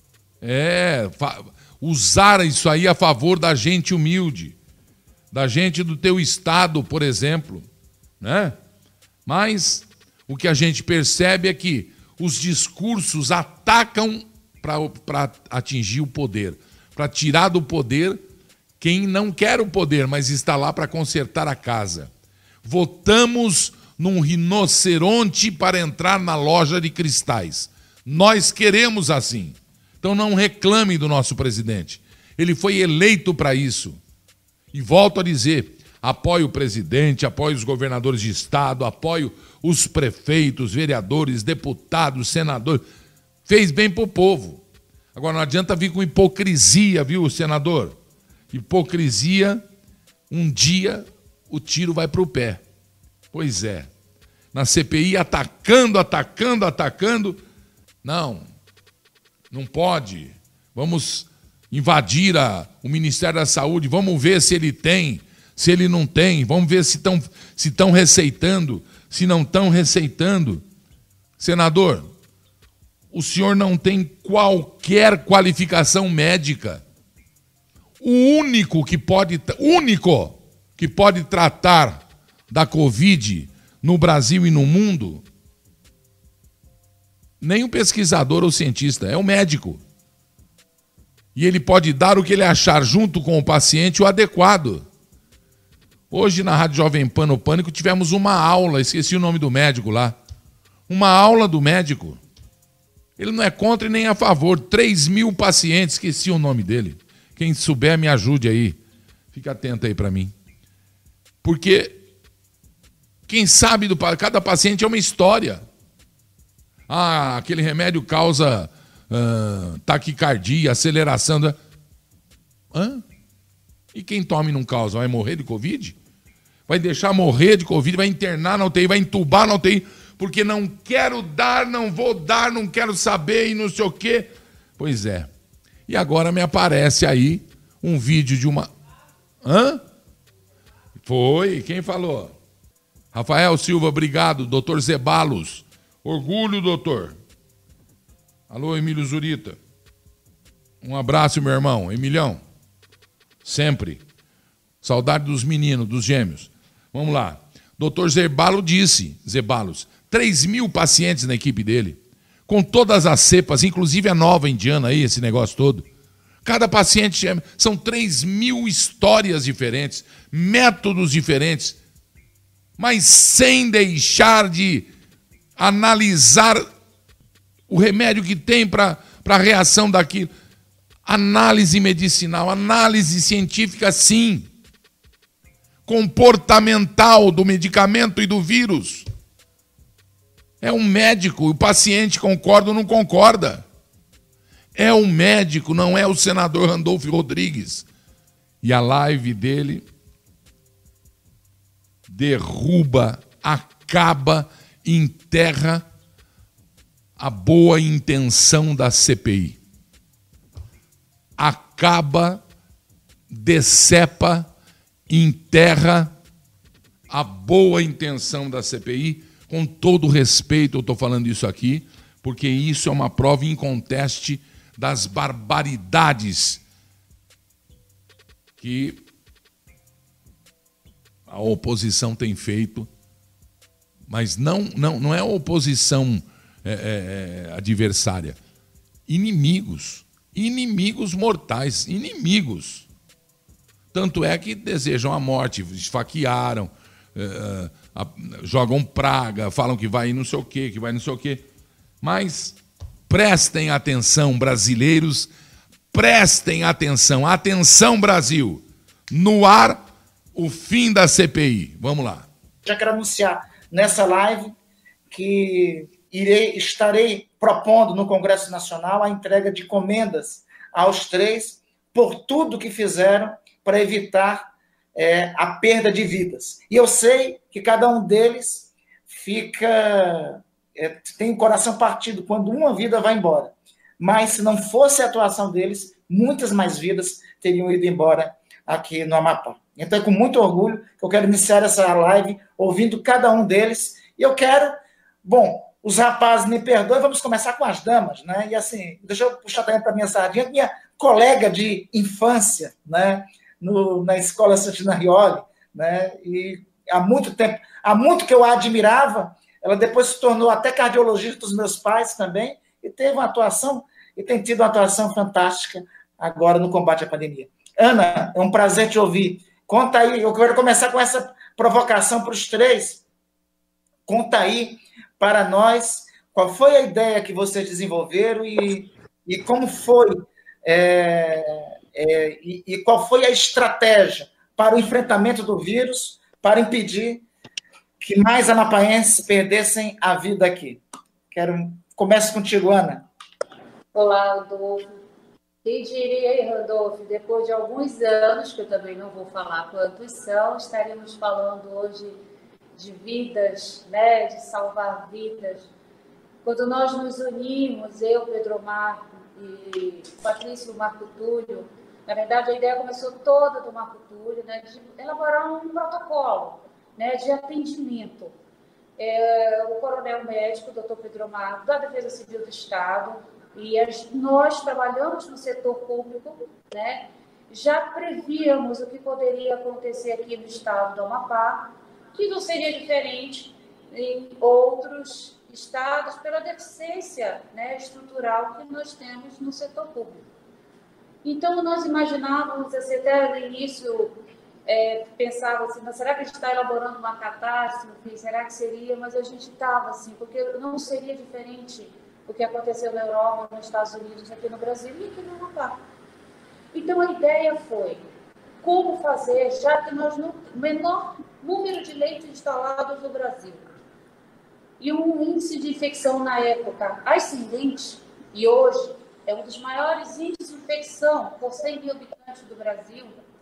Usar isso aí a favor da gente humilde, da gente do teu estado, por exemplo, né? Mas o que a gente percebe é que os discursos atacam para atingir o poder, para tirar do poder quem não quer o poder, mas está lá para consertar a casa. Votamos num rinoceronte para entrar na loja de cristais. Nós queremos assim. Então não reclame do nosso presidente. Ele foi eleito para isso. E volto a dizer, apoio o presidente, apoio os governadores de estado, apoio os prefeitos, vereadores, deputados, senadores. Fez bem para o povo. Agora não adianta vir com hipocrisia, viu, senador? Hipocrisia, um dia o tiro vai para o pé. Pois é. Na CPI atacando. Não pode. Vamos invadir o Ministério da Saúde, vamos ver se ele tem, se ele não tem, vamos ver se estão receitando, se não estão receitando. Senador, o senhor não tem qualquer qualificação médica. O único que pode tratar da Covid no Brasil e no mundo, nem o pesquisador ou cientista, é o médico. E ele pode dar o que ele achar junto com o paciente o adequado. Hoje na Rádio Jovem Pan, no Pânico, tivemos uma aula, esqueci o nome do médico lá. Uma aula do médico. Ele não é contra e nem a favor. 3.000 pacientes, esqueci o nome dele. Quem souber, me ajude aí. Fica atento aí para mim. Porque quem sabe cada paciente é uma história. Aquele remédio causa taquicardia, aceleração. E quem toma e não causa? Vai morrer de Covid? Vai deixar morrer de Covid? Vai internar na UTI? Vai entubar na UTI? Porque não quero dar, não vou dar, não quero saber e não sei o quê. Pois é. E agora me aparece aí um vídeo de uma... Foi? Quem falou? Rafael Silva, obrigado. Doutor Zeballos. Orgulho, doutor. Alô, Emílio Zurita. Um abraço, meu irmão. Emilhão. Sempre. Saudade dos meninos, dos gêmeos. Vamos lá. Doutor Zeballos disse, 3.000 pacientes na equipe dele, com todas as cepas, inclusive a nova indiana aí, esse negócio todo. Cada paciente, são 3.000 histórias diferentes, métodos diferentes, mas sem deixar de analisar o remédio que tem para a reação daquilo. Análise medicinal, análise científica, sim. Comportamental do medicamento e do vírus. É um médico, o paciente concorda ou não concorda. É um médico, não é o senador Randolfo Rodrigues. E a live dele derruba, acaba, enterra a boa intenção da CPI. Acaba, decepa, enterra a boa intenção da CPI. Com todo respeito, eu estou falando isso aqui, porque isso é uma prova inconteste das barbaridades que a oposição tem feito, mas não é oposição adversária. Inimigos mortais, inimigos. Tanto é que desejam a morte, esfaquearam, jogam praga, falam que vai não sei o quê, que vai não sei o quê. Mas prestem atenção, brasileiros, prestem atenção. Atenção, Brasil. No ar, o fim da CPI. Vamos lá. Já quero anunciar nessa live que estarei propondo no Congresso Nacional a entrega de comendas aos 3 por tudo que fizeram para evitar a perda de vidas. E eu sei que cada um deles tem o coração partido quando uma vida vai embora. Mas se não fosse a atuação deles, muitas mais vidas teriam ido embora aqui no Amapá. Então é com muito orgulho que eu quero iniciar essa live ouvindo cada um deles. E eu quero... Bom, os rapazes me perdoem, vamos começar com as damas, né? E assim, deixa eu puxar também para a minha sardinha, minha colega de infância, né? Na escola Santinarioli, né? E há muito que eu a admirava, ela depois se tornou até cardiologista dos meus pais também, e teve uma atuação, e tem tido uma atuação fantástica agora no combate à pandemia. Ana, é um prazer te ouvir. Conta aí, eu quero começar com essa provocação para os 3. Conta aí para nós qual foi a ideia que vocês desenvolveram e como foi, e qual foi a estratégia para o enfrentamento do vírus, para impedir que mais amapaenses perdessem a vida aqui. Começo contigo, Ana. Olá, Rodolfo. Quem diria, Rodolfo, depois de alguns anos, que eu também não vou falar quantos são, estaríamos falando hoje de vidas, né, de salvar vidas. Quando nós nos unimos, eu, Pedro Marco e Patrício Marco Túlio, na verdade a ideia começou toda do Marco Túlio, né, de elaborar um protocolo, né, de atendimento. O coronel médico, o doutor Pedro Marco, da Defesa Civil do Estado, e nós trabalhamos no setor público, né, já prevíamos o que poderia acontecer aqui no estado do Amapá, que não seria diferente em outros estados pela deficiência, né, estrutural que nós temos no setor público. Então, nós imaginávamos, assim, até no início, pensava assim, mas será que a gente está elaborando uma catástrofe? Será que seria? Mas a gente estava assim, porque não seria diferente o que aconteceu na Europa, nos Estados Unidos, aqui no Brasil e aqui no Amapá. Então, a ideia foi como fazer, já que nós não... menor número de leitos instalados no Brasil e um índice de infecção na época ascendente, e hoje é um dos maiores índices de infecção por 100 mil habitantes do Brasil.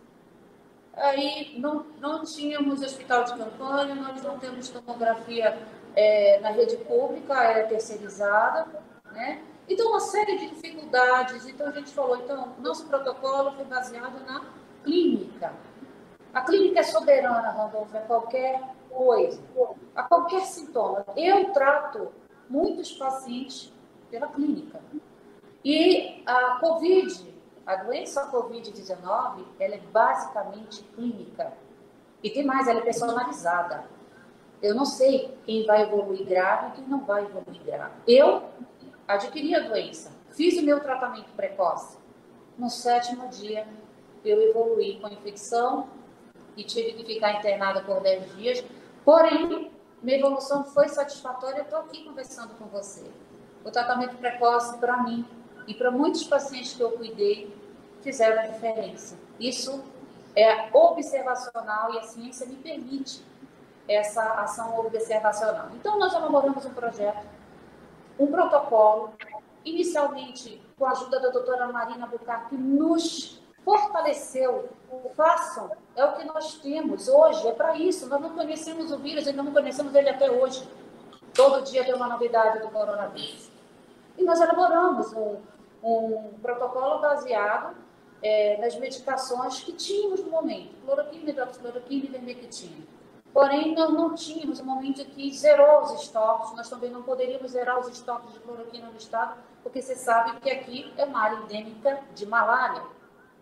Aí não tínhamos hospital de campanha, nós não temos tomografia na rede pública, era terceirizada, né? Então, uma série de dificuldades. Então, a gente falou, nosso protocolo foi baseado na clínica. A clínica é soberana, Randolfo, a qualquer coisa, a qualquer sintoma. Eu trato muitos pacientes pela clínica. E a Covid, a doença Covid-19, ela é basicamente clínica. E tem mais, ela é personalizada. Eu não sei quem vai evoluir grave e quem não vai evoluir grave. Eu adquiri a doença, fiz o meu tratamento precoce. No 7º dia, eu evoluí com infecção e tive que ficar internada por 10 dias. Porém, minha evolução foi satisfatória. Eu estou aqui conversando com você. O tratamento precoce, para mim e para muitos pacientes que eu cuidei, fizeram a diferença. Isso é observacional e a ciência me permite essa ação observacional. Então, nós elaboramos um projeto, um protocolo, inicialmente com a ajuda da doutora Marina Bucar, que nos fortaleceu. Façam, é o que nós temos hoje, é para isso. Nós não conhecemos o vírus, ainda não conhecemos ele até hoje. Todo dia tem uma novidade do coronavírus. E nós elaboramos um protocolo baseado nas medicações que tínhamos no momento, cloroquina, hidroxicloroquina e vermectina. Porém, nós não tínhamos, no momento que zerou os estoques, nós também não poderíamos zerar os estoques de cloroquina no estado, porque você sabe que aqui é uma área endêmica de malária.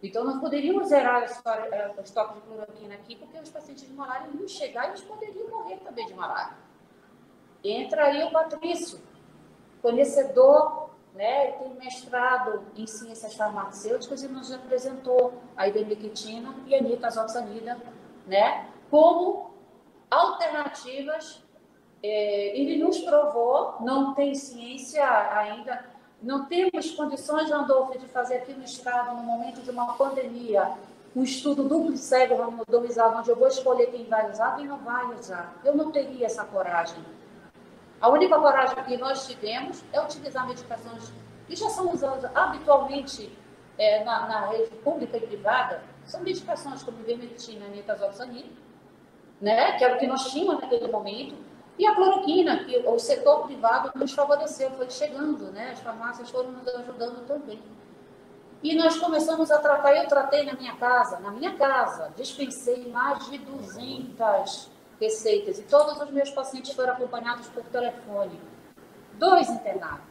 Então, nós poderíamos zerar o estoque de cloroquina aqui, porque os pacientes de malária iam chegar e eles poderiam morrer também de malária. Entra aí o Patrício, conhecedor, né, tem mestrado em ciências farmacêuticas e nos apresentou a ivermectina e a nitazoxanida, né, como alternativas. Ele nos provou, não tem ciência ainda, não temos condições, Randolfo, de fazer aqui no estado, no momento de uma pandemia, um estudo duplo cego randomizado, onde eu vou escolher quem vai usar, quem não vai usar. Eu não teria essa coragem. A única coragem que nós tivemos é utilizar medicações que já são usadas habitualmente na rede pública e privada. São medicações como ivermectina, nitazoxanida, né, que era o que nós tínhamos naquele momento, e a cloroquina, que o setor privado nos favoreceu, foi chegando, né, as farmácias foram nos ajudando também. E nós começamos a tratar, eu tratei na minha casa, dispensei mais de 200 receitas, e todos os meus pacientes foram acompanhados por telefone. 2 internados.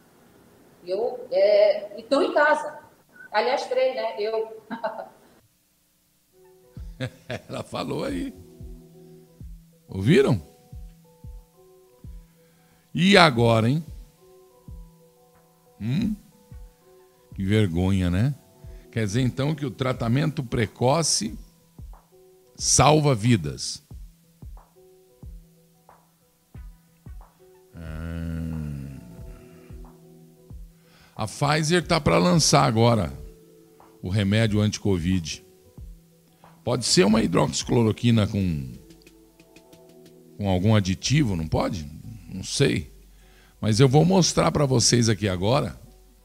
Estão em casa. Aliás, 3, né? Eu. Ela falou aí. Ouviram? E agora, hein? Que vergonha, né? Quer dizer, então, que o tratamento precoce salva vidas. A Pfizer está para lançar agora o remédio anti-Covid. Pode ser uma hidroxicloroquina com algum aditivo, não pode? Não sei. Mas eu vou mostrar para vocês aqui agora,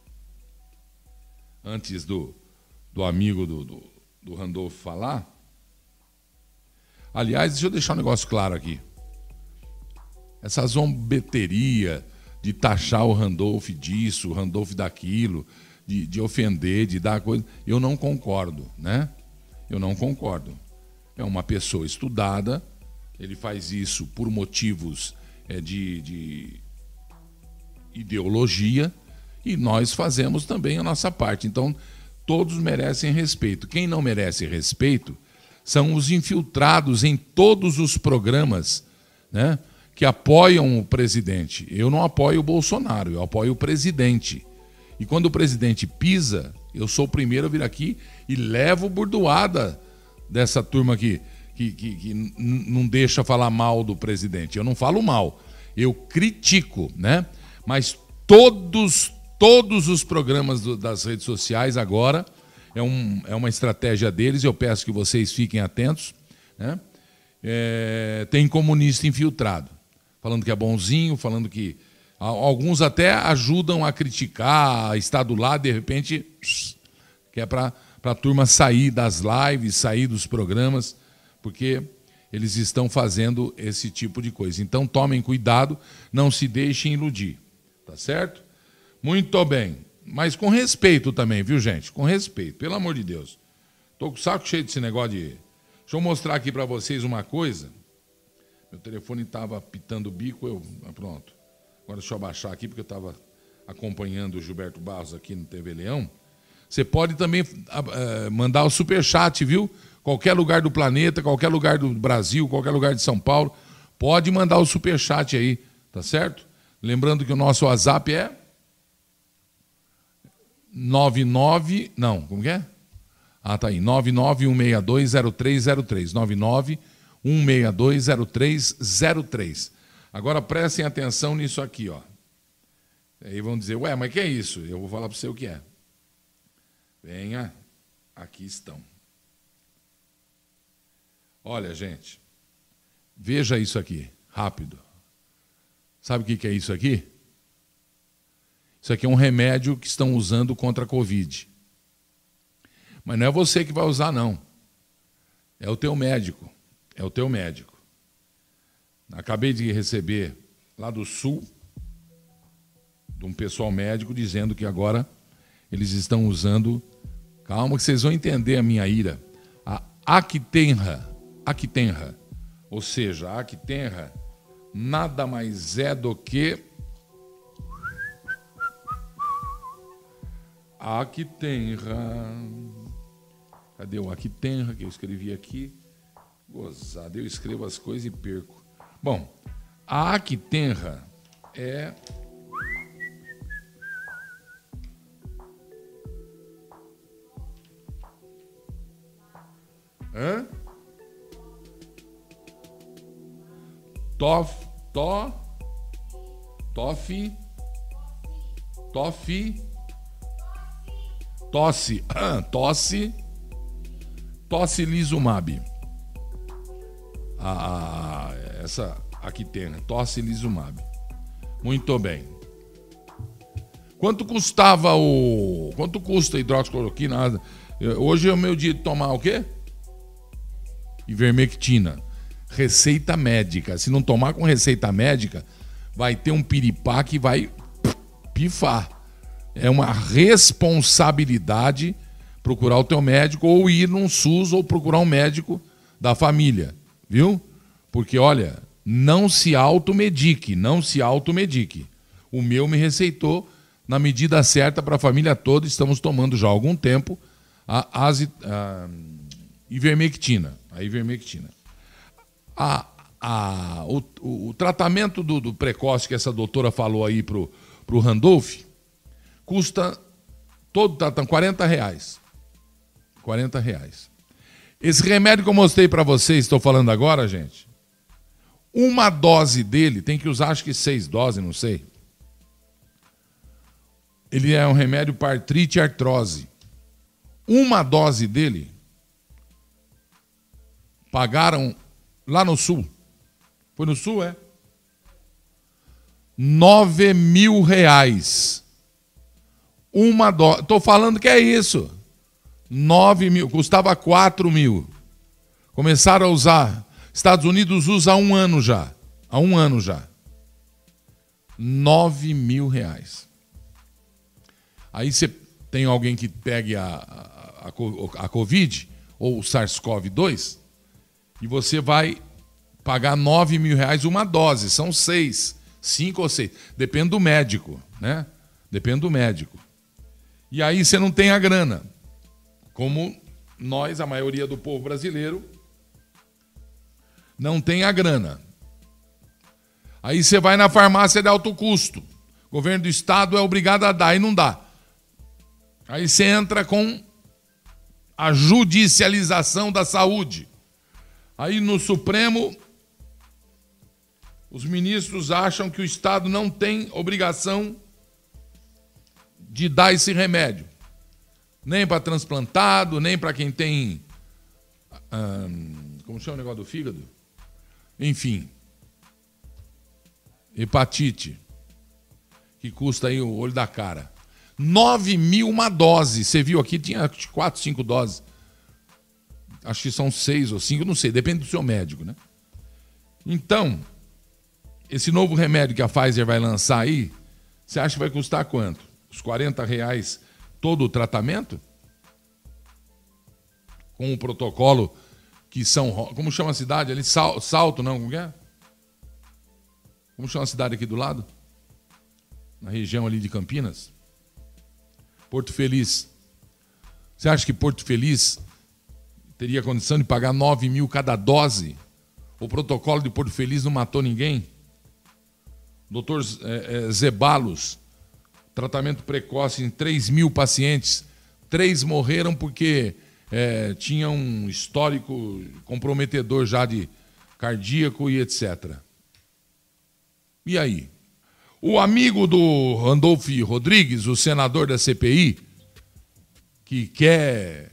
antes do amigo do Randolfo falar. Aliás, deixa eu deixar um negócio claro aqui. Essa zombeteria de taxar o Randolph disso, o Randolph daquilo, de ofender, de dar coisa, eu não concordo, né? Eu não concordo. É uma pessoa estudada, ele faz isso por motivos de ideologia, e nós fazemos também a nossa parte. Então, todos merecem respeito. Quem não merece respeito são os infiltrados em todos os programas, né, que apoiam o presidente. Eu não apoio o Bolsonaro, eu apoio o presidente. E quando o presidente pisa, eu sou o primeiro a vir aqui e levo burdoada dessa turma aqui, que não deixa falar mal do presidente. Eu não falo mal, eu critico, né? Mas todos os programas das redes sociais agora é uma estratégia deles, eu peço que vocês fiquem atentos, né? Tem comunista infiltrado, falando que é bonzinho, falando que alguns até ajudam a criticar, a estar do lado, de repente, que é para a turma sair das lives, sair dos programas, porque eles estão fazendo esse tipo de coisa. Então tomem cuidado, não se deixem iludir, tá certo? Muito bem, mas com respeito também, viu, gente? Com respeito, pelo amor de Deus. Estou com o saco cheio desse negócio de... Deixa eu mostrar aqui para vocês uma coisa. Meu telefone estava pitando o bico, pronto. Agora deixa eu abaixar aqui, porque eu estava acompanhando o Gilberto Barros aqui no TV Leão. Você pode também mandar o superchat, viu? Qualquer lugar do planeta, qualquer lugar do Brasil, qualquer lugar de São Paulo, pode mandar o superchat aí, tá certo? Lembrando que o nosso WhatsApp é 99... Não, como que é? Ah, tá aí. 991620303. 991620303. Agora prestem atenção nisso aqui, ó. Aí vão dizer, ué, mas que é isso? Eu vou falar para você o que é. Venha, aqui estão. Olha, gente, veja isso aqui, rápido. Sabe o que é isso aqui? Isso aqui é um remédio que estão usando contra a Covid. Mas não é você que vai usar, não. É o teu médico. É o teu médico. Acabei de receber lá do Sul, de um pessoal médico, dizendo que agora eles estão usando... Calma que vocês vão entender a minha ira. A Actenra. Ou seja, a Actenra nada mais é do que... A Actenra Cadê o Aquitenra que eu escrevi aqui? Gozado, eu escrevo as coisas e perco. Bom, a Aquitenra é... Hã? Tocilizumab. Essa aqui tem, né? Tocilizumab. Muito bem. Quanto custa a hidroxicloroquina? Hoje é o meu dia de tomar o quê? Ivermectina. Receita médica. Se não tomar com receita médica, vai ter um piripá que vai pifar. É uma responsabilidade procurar o teu médico ou ir num SUS ou procurar um médico da família, viu? Porque, olha, não se automedique, não se automedique. O meu me receitou na medida certa para a família toda. Estamos tomando já há algum tempo a ivermectina. A ivermectina. O tratamento do precoce que essa doutora falou aí pro Randolph custa todo tratamento R$40. R$40. Esse remédio que eu mostrei para vocês, estou falando agora, gente, uma dose dele, tem que usar acho que 6 doses, não sei. Ele é um remédio para artrite e artrose. Uma dose dele pagaram lá no Sul. Foi no Sul, é? R$9.000. Uma dose. Estou falando que é isso. 9 mil. Custava 4 mil. Começaram a usar. Estados Unidos usa há 1 ano já. Há 1 ano já. R$9.000. Aí você tem alguém que pegue a Covid ou o SARS-CoV-2 e você vai pagar R$9.000 uma dose. São 6, 5 ou 6. Depende do médico, né? Depende do médico. E aí você não tem a grana. Como nós, a maioria do povo brasileiro, não tem a grana. Aí você vai na farmácia de alto custo. O governo do estado é obrigado a dar e não dá. Aí você entra com a judicialização da saúde. Aí no Supremo, os ministros acham que o Estado não tem obrigação de dar esse remédio. Nem para transplantado, nem para quem tem... como chama o negócio do fígado? Enfim. Hepatite. Que custa aí o olho da cara. 9 mil uma dose. Você viu aqui, tinha 4, 5 doses. Acho que são 6 ou 5, não sei, depende do seu médico, né? Então, esse novo remédio que a Pfizer vai lançar aí, você acha que vai custar quanto? Os R$40 todo o tratamento? Com o protocolo que são... Como chama a cidade ali? Salto, não? Como é? Como chama a cidade aqui do lado? Na região ali de Campinas? Porto Feliz. Você acha que Porto Feliz teria condição de pagar 9 mil cada dose? O protocolo de Porto Feliz não matou ninguém? Doutor Zebalos, tratamento precoce em 3 mil pacientes. 3 morreram porque tinham um histórico comprometedor já de cardíaco e etc. E aí? O amigo do Randolph Rodrigues, o senador da CPI, que quer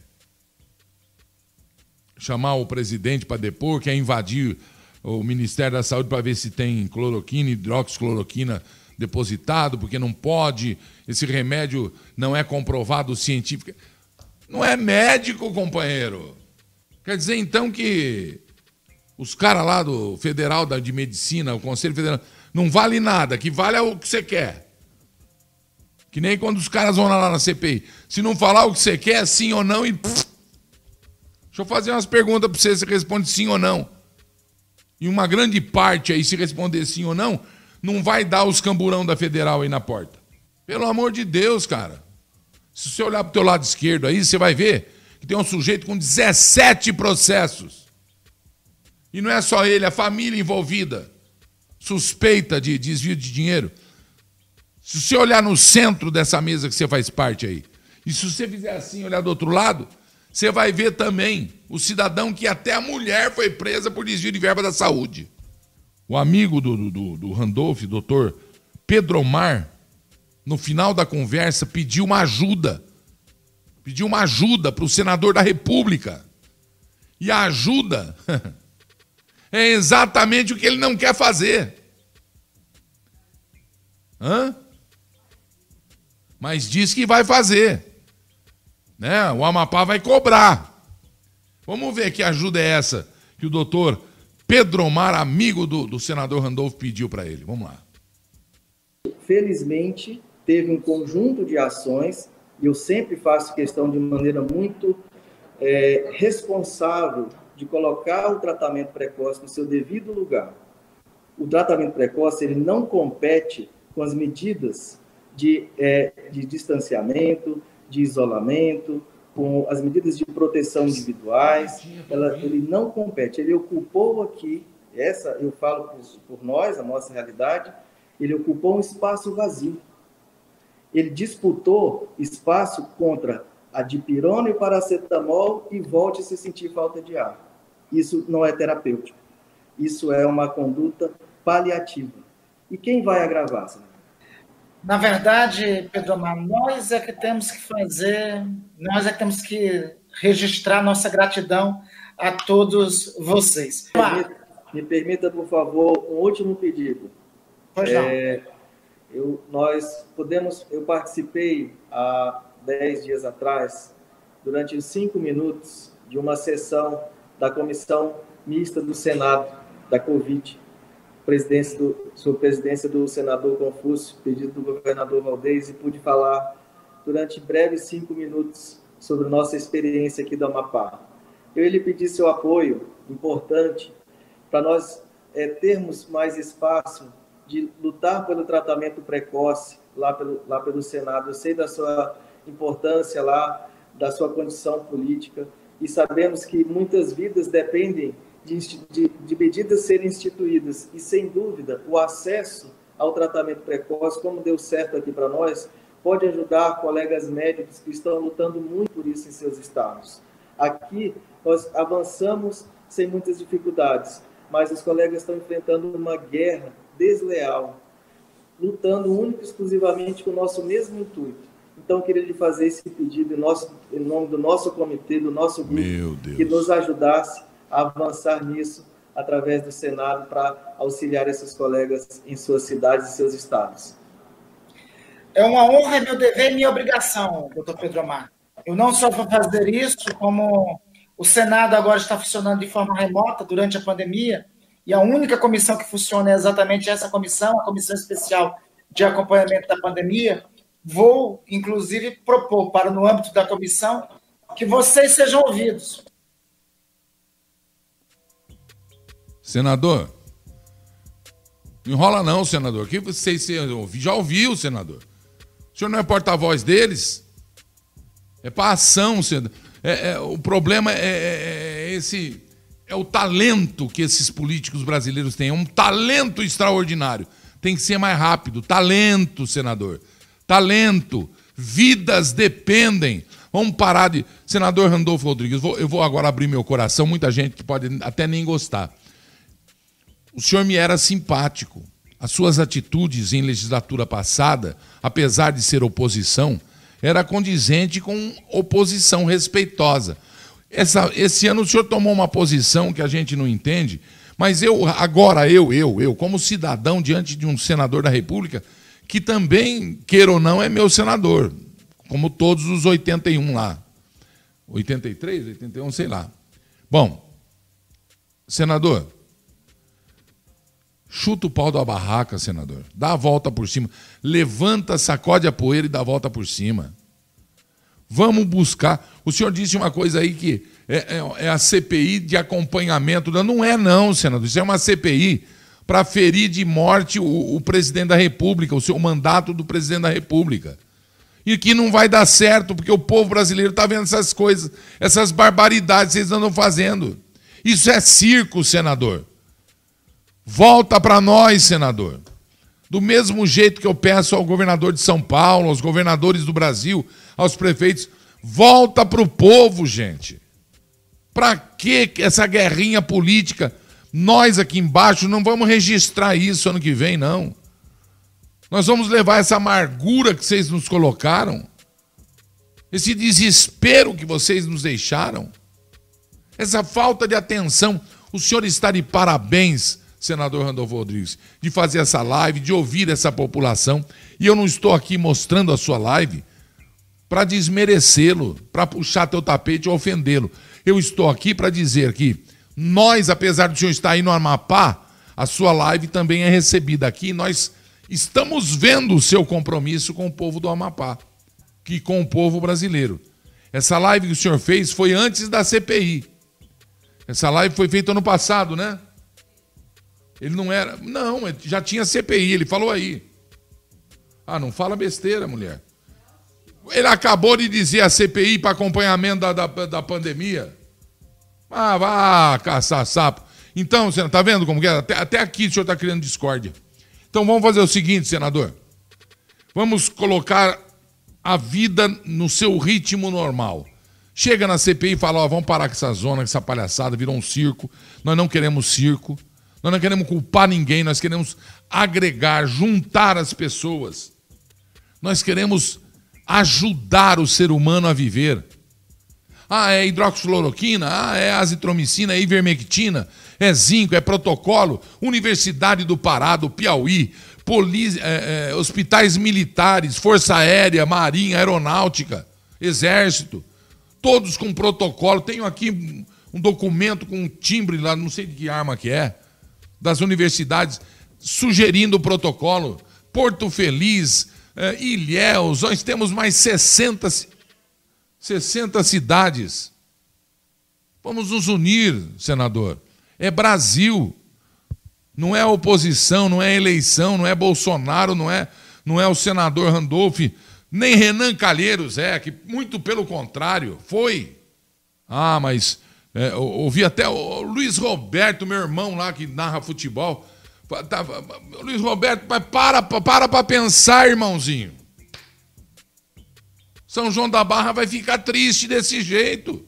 chamar o presidente para depor, quer invadir o Ministério da Saúde para ver se tem cloroquina, hidroxicloroquina depositado, porque não pode, esse remédio não é comprovado cientificamente. Não é médico, companheiro. Quer dizer, então, que os caras lá do Federal de Medicina, o Conselho Federal, não vale nada, que vale é o que você quer. Que nem quando os caras vão lá na CPI. Se não falar o que você quer, sim ou não, e... Deixa eu fazer umas perguntas para você, se responde sim ou não. E uma grande parte aí, se responder sim ou não, não vai dar os camburão da Federal aí na porta. Pelo amor de Deus, cara. Se você olhar para o teu lado esquerdo aí, você vai ver que tem um sujeito com 17 processos. E não é só ele, a família envolvida, suspeita de desvio de dinheiro. Se você olhar no centro dessa mesa que você faz parte aí, e se você fizer assim, olhar do outro lado, você vai ver também o cidadão que até a mulher foi presa por desvio de verba da saúde. O amigo do Randolph, doutor Pedro Omar, no final da conversa, pediu uma ajuda para o senador da República. E a ajuda é exatamente o que ele não quer fazer. Mas diz que vai fazer. Né? O Amapá vai cobrar. Vamos ver que ajuda é essa que o doutor Pedro Omar, amigo do senador Randolph, pediu para ele. Vamos lá. Felizmente, teve um conjunto de ações, e eu sempre faço questão de maneira muito responsável de colocar o tratamento precoce no seu devido lugar. O tratamento precoce ele não compete com as medidas de distanciamento, de isolamento, com as medidas de proteção individuais, ele não compete. Ele ocupou aqui, eu falo por nós, a nossa realidade, ele ocupou um espaço vazio. Ele disputou espaço contra a dipirona e o paracetamol e volte a se sentir falta de ar. Isso não é terapêutico. Isso é uma conduta paliativa. E quem vai agravar, senador? Na verdade, Pedro Omar, nós é que temos que registrar nossa gratidão a todos vocês. Me permita, por favor, um último pedido. Pois não. Eu participei há 10 dias atrás, durante os 5 minutos, de uma sessão da Comissão Mista do Senado, da Covid, sob presidência do senador Confúcio, pedido do governador Valdez, e pude falar durante breves 5 minutos sobre a nossa experiência aqui do Amapá. Eu lhe pedi seu apoio, importante, para nós termos mais espaço de lutar pelo tratamento precoce lá pelo Senado. Eu sei da sua importância lá, da sua condição política, e sabemos que muitas vidas dependem de medidas serem instituídas, e sem dúvida o acesso ao tratamento precoce, como deu certo aqui para nós, pode ajudar colegas médicos que estão lutando muito por isso em seus estados. Aqui nós avançamos sem muitas dificuldades, mas os colegas estão enfrentando uma guerra desleal, lutando única e exclusivamente com o nosso mesmo intuito. Então, eu queria lhe fazer esse pedido em nome do nosso comitê, do nosso grupo, que nos ajudasse a avançar nisso através do Senado para auxiliar esses colegas em suas cidades e seus estados. É uma honra, é meu dever e minha obrigação, doutor Pedro Omar. Eu não só vou fazer isso, como o Senado agora está funcionando de forma remota durante a pandemia, e a única comissão que funciona é exatamente essa comissão, a Comissão Especial de Acompanhamento da Pandemia. Vou, inclusive, propor para, no âmbito da comissão, que vocês sejam ouvidos. Senador, não enrola não, senador. Que vocês já ouviu, senador? O senhor não é porta-voz deles? É para ação, senador. O problema é o talento que esses políticos brasileiros têm. É um talento extraordinário. Tem que ser mais rápido. Talento, senador. Talento. Vidas dependem. Vamos parar de... Senador Randolph Rodrigues, eu vou agora abrir meu coração. Muita gente que pode até nem gostar. O senhor me era simpático. As suas atitudes em legislatura passada, apesar de ser oposição, era condizente com oposição respeitosa. Esse ano o senhor tomou uma posição que a gente não entende, mas eu, como cidadão diante de um senador da República, que também, queira ou não, é meu senador, como todos os 81 lá. 83, 81, sei lá. Bom, senador, chuta o pau da barraca, senador. Dá a volta por cima. Levanta, sacode a poeira e dá a volta por cima. Vamos buscar. O senhor disse uma coisa aí que é a CPI de acompanhamento. Não é não, senador. Isso é uma CPI para ferir de morte o presidente da República, o seu mandato do presidente da República. E que não vai dar certo, porque o povo brasileiro está vendo essas coisas, essas barbaridades que vocês andam fazendo. Isso é circo, senador. Volta para nós, senador. Do mesmo jeito que eu peço ao governador de São Paulo, aos governadores do Brasil, aos prefeitos, volta para o povo, gente. Para que essa guerrinha política? Nós aqui embaixo não vamos registrar isso ano que vem, não. Nós vamos levar essa amargura que vocês nos colocaram, esse desespero que vocês nos deixaram, essa falta de atenção. O senhor está de parabéns, senador Randolfo Rodrigues, de fazer essa live, de ouvir essa população. E eu não estou aqui mostrando a sua live para desmerecê-lo, para puxar teu tapete ou ofendê-lo. Eu estou aqui para dizer que nós, apesar do senhor estar aí no Amapá, a sua live também é recebida aqui. Nós estamos vendo o seu compromisso com o povo do Amapá, que com o povo brasileiro. Essa live que o senhor fez foi antes da CPI. Essa live foi feita ano passado, né? Ele não era... Não, já tinha CPI, ele falou aí. Ah, não fala besteira, mulher. Ele acabou de dizer a CPI para acompanhamento da pandemia. Ah, vá caçar sapo. Então, senador, tá vendo como que é? Até aqui o senhor está criando discórdia. Então vamos fazer o seguinte, senador. Vamos colocar a vida no seu ritmo normal. Chega na CPI e fala, ó, vamos parar com essa zona, com essa palhaçada, virou um circo. Nós não queremos circo. Nós não queremos culpar ninguém, nós queremos agregar, juntar as pessoas. Nós queremos ajudar o ser humano a viver. Ah, é hidroxicloroquina, ah, é azitromicina, é ivermectina, é zinco, é protocolo. Universidade do Pará, do Piauí, hospitais militares, Força Aérea, Marinha, Aeronáutica, Exército, todos com protocolo. Tenho aqui um documento com um timbre lá, não sei de que arma que é, das universidades, sugerindo o protocolo. Porto Feliz, Ilhéus, nós temos mais 60 cidades. Vamos nos unir, senador. É Brasil. Não é oposição, não é eleição, não é Bolsonaro, não é o senador Randolph, nem Renan Calheiros, que muito pelo contrário, foi. Ah, mas ouvi até o Luiz Roberto, meu irmão lá que narra futebol. Luiz Roberto, mas para pensar, irmãozinho. São João da Barra vai ficar triste desse jeito.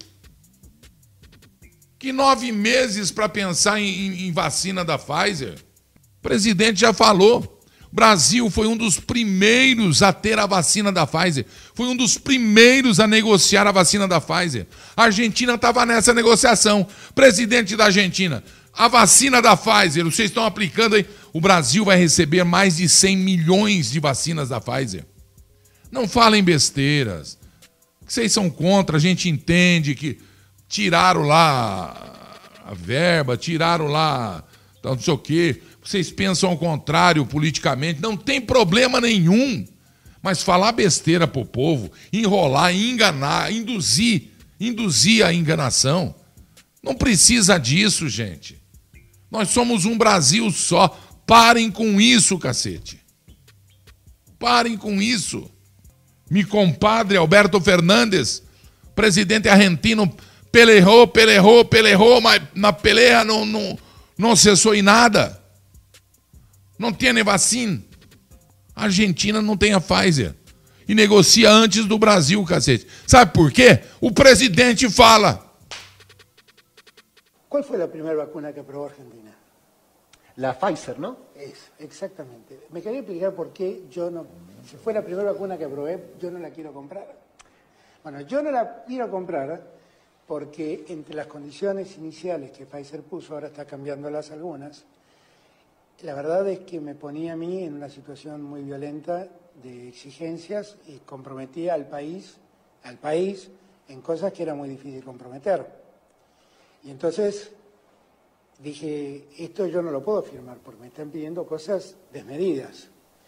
Que 9 meses para pensar em vacina da Pfizer? O presidente já falou. O Brasil foi um dos primeiros a ter a vacina da Pfizer. Foi um dos primeiros a negociar a vacina da Pfizer. A Argentina estava nessa negociação. Presidente da Argentina, a vacina da Pfizer, vocês estão aplicando aí. O Brasil vai receber mais de 100 milhões de vacinas da Pfizer. Não falem besteiras. Vocês são contra, a gente entende que tiraram lá a verba, tiraram lá não sei o quê. Vocês pensam ao contrário politicamente, não tem problema nenhum. Mas falar besteira pro povo, enrolar, enganar, induzir a enganação, não precisa disso, gente. Nós somos um Brasil só. Parem com isso, cacete. Parem com isso. Mi compadre Alberto Fernandes, presidente argentino, peleou, mas na peleia não cessou em nada. Não tem vacina. A Argentina não tem a Pfizer. E negocia antes do Brasil, cacete. Sabe por quê? O presidente fala. ¿Cuál fue la primera vacuna que aprobó Argentina? La Pfizer, ¿no? Eso, exactamente. ¿Me quería explicar por qué yo no, si fue la primera vacuna que aprobé, yo no la quiero comprar? Bueno, yo no la quiero comprar porque entre las condiciones iniciales que Pfizer puso, ahora está cambiándolas algunas, la verdad es que me ponía a mí en una situación muy violenta de exigencias y comprometía al país en cosas que era muy difícil comprometer. Y entonces dije, esto yo no lo puedo firmar porque me están pidiendo cosas desmedidas.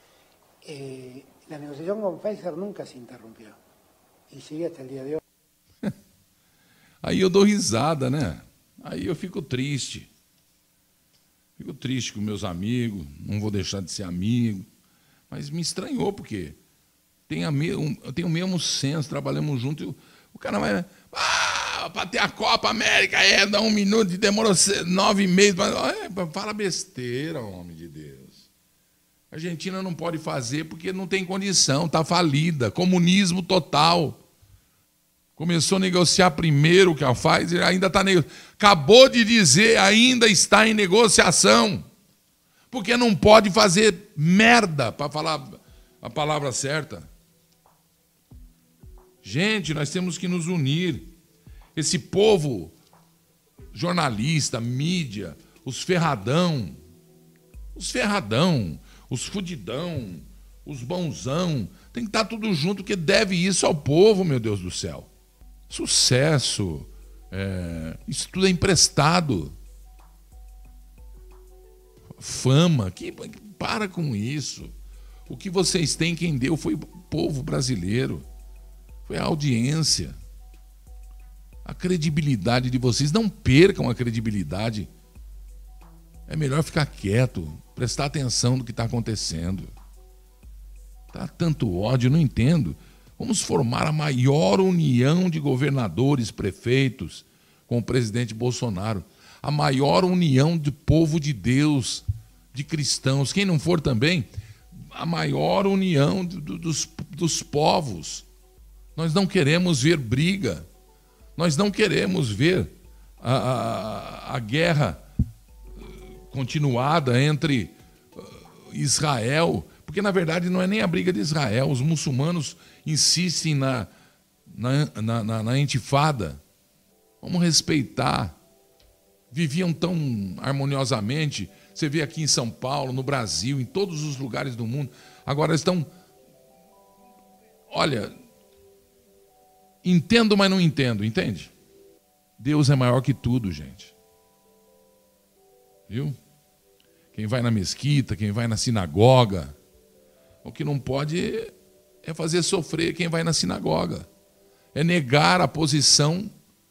La negociación con Pfizer nunca se interrumpió e sigue hasta el día de hoy. Aí eu dou risada, né? Aí eu fico triste. Fico triste com meus amigos, não vou deixar de ser amigo. Mas me estranhou, porque tem o mesmo senso, trabalhamos juntos. O cara vai... para ter a Copa América, dá 1 minuto, demorou 9 meses. Fala besteira, homem de Deus. A Argentina não pode fazer porque não tem condição, está falida. Comunismo total. Começou a negociar primeiro que a Pfizer, ainda está negociando. Acabou de dizer, ainda está em negociação. Porque não pode fazer merda, para falar a palavra certa. Gente, nós temos que nos unir. Esse povo, jornalista, mídia, os ferradão, os fudidão, os bonzão, tem que estar tudo junto, porque deve isso ao povo, meu Deus do céu. Sucesso, isso tudo é emprestado. Fama, para com isso. O que vocês têm, quem deu foi o povo brasileiro, foi a audiência. A credibilidade de vocês, não percam a credibilidade. É melhor ficar quieto, prestar atenção no que está acontecendo. Tá tanto ódio, não entendo. Vamos formar a maior união de governadores, prefeitos, com o presidente Bolsonaro. A maior união do povo de Deus, de cristãos. Quem não for também, a maior união dos povos. Nós não queremos ver briga. Nós não queremos ver a guerra continuada entre Israel, porque na verdade não é nem a briga de Israel. Os muçulmanos insistem na intifada. Vamos respeitar. Viviam tão harmoniosamente. Você vê aqui em São Paulo, no Brasil, em todos os lugares do mundo. Agora estão... Olha... Entendo, mas não entendo, entende? Deus é maior que tudo, gente. Viu? Quem vai na mesquita, quem vai na sinagoga, o que não pode é fazer sofrer quem vai na sinagoga. É negar a posição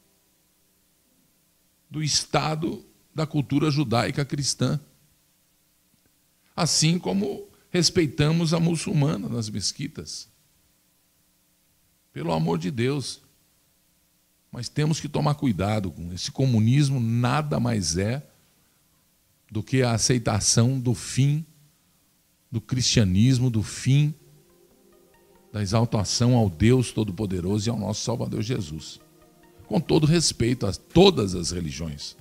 do Estado da cultura judaica cristã. Assim como respeitamos a muçulmana nas mesquitas. Pelo amor de Deus. Mas temos que tomar cuidado com esse comunismo, nada mais é do que a aceitação do fim do cristianismo, do fim da exaltação ao Deus Todo-Poderoso e ao nosso Salvador Jesus. Com todo respeito a todas as religiões.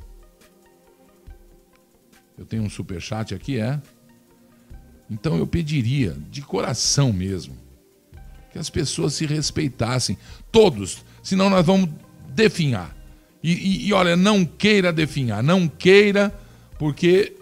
Eu tenho um superchat aqui, Então eu pediria, de coração mesmo, que as pessoas se respeitassem, todos, senão nós vamos definhar. E olha, não queira definhar, não queira, porque...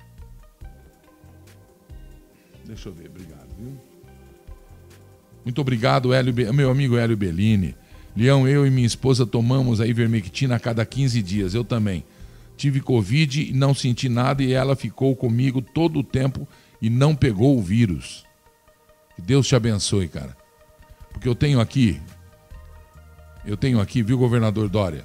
Deixa eu ver, obrigado, viu? Muito obrigado, meu amigo Hélio Bellini. Leão, eu e minha esposa tomamos a ivermectina a cada 15 dias, eu também. Tive Covid e não senti nada e ela ficou comigo todo o tempo e não pegou o vírus. Que Deus te abençoe, cara. Porque eu tenho aqui, viu, governador Dória?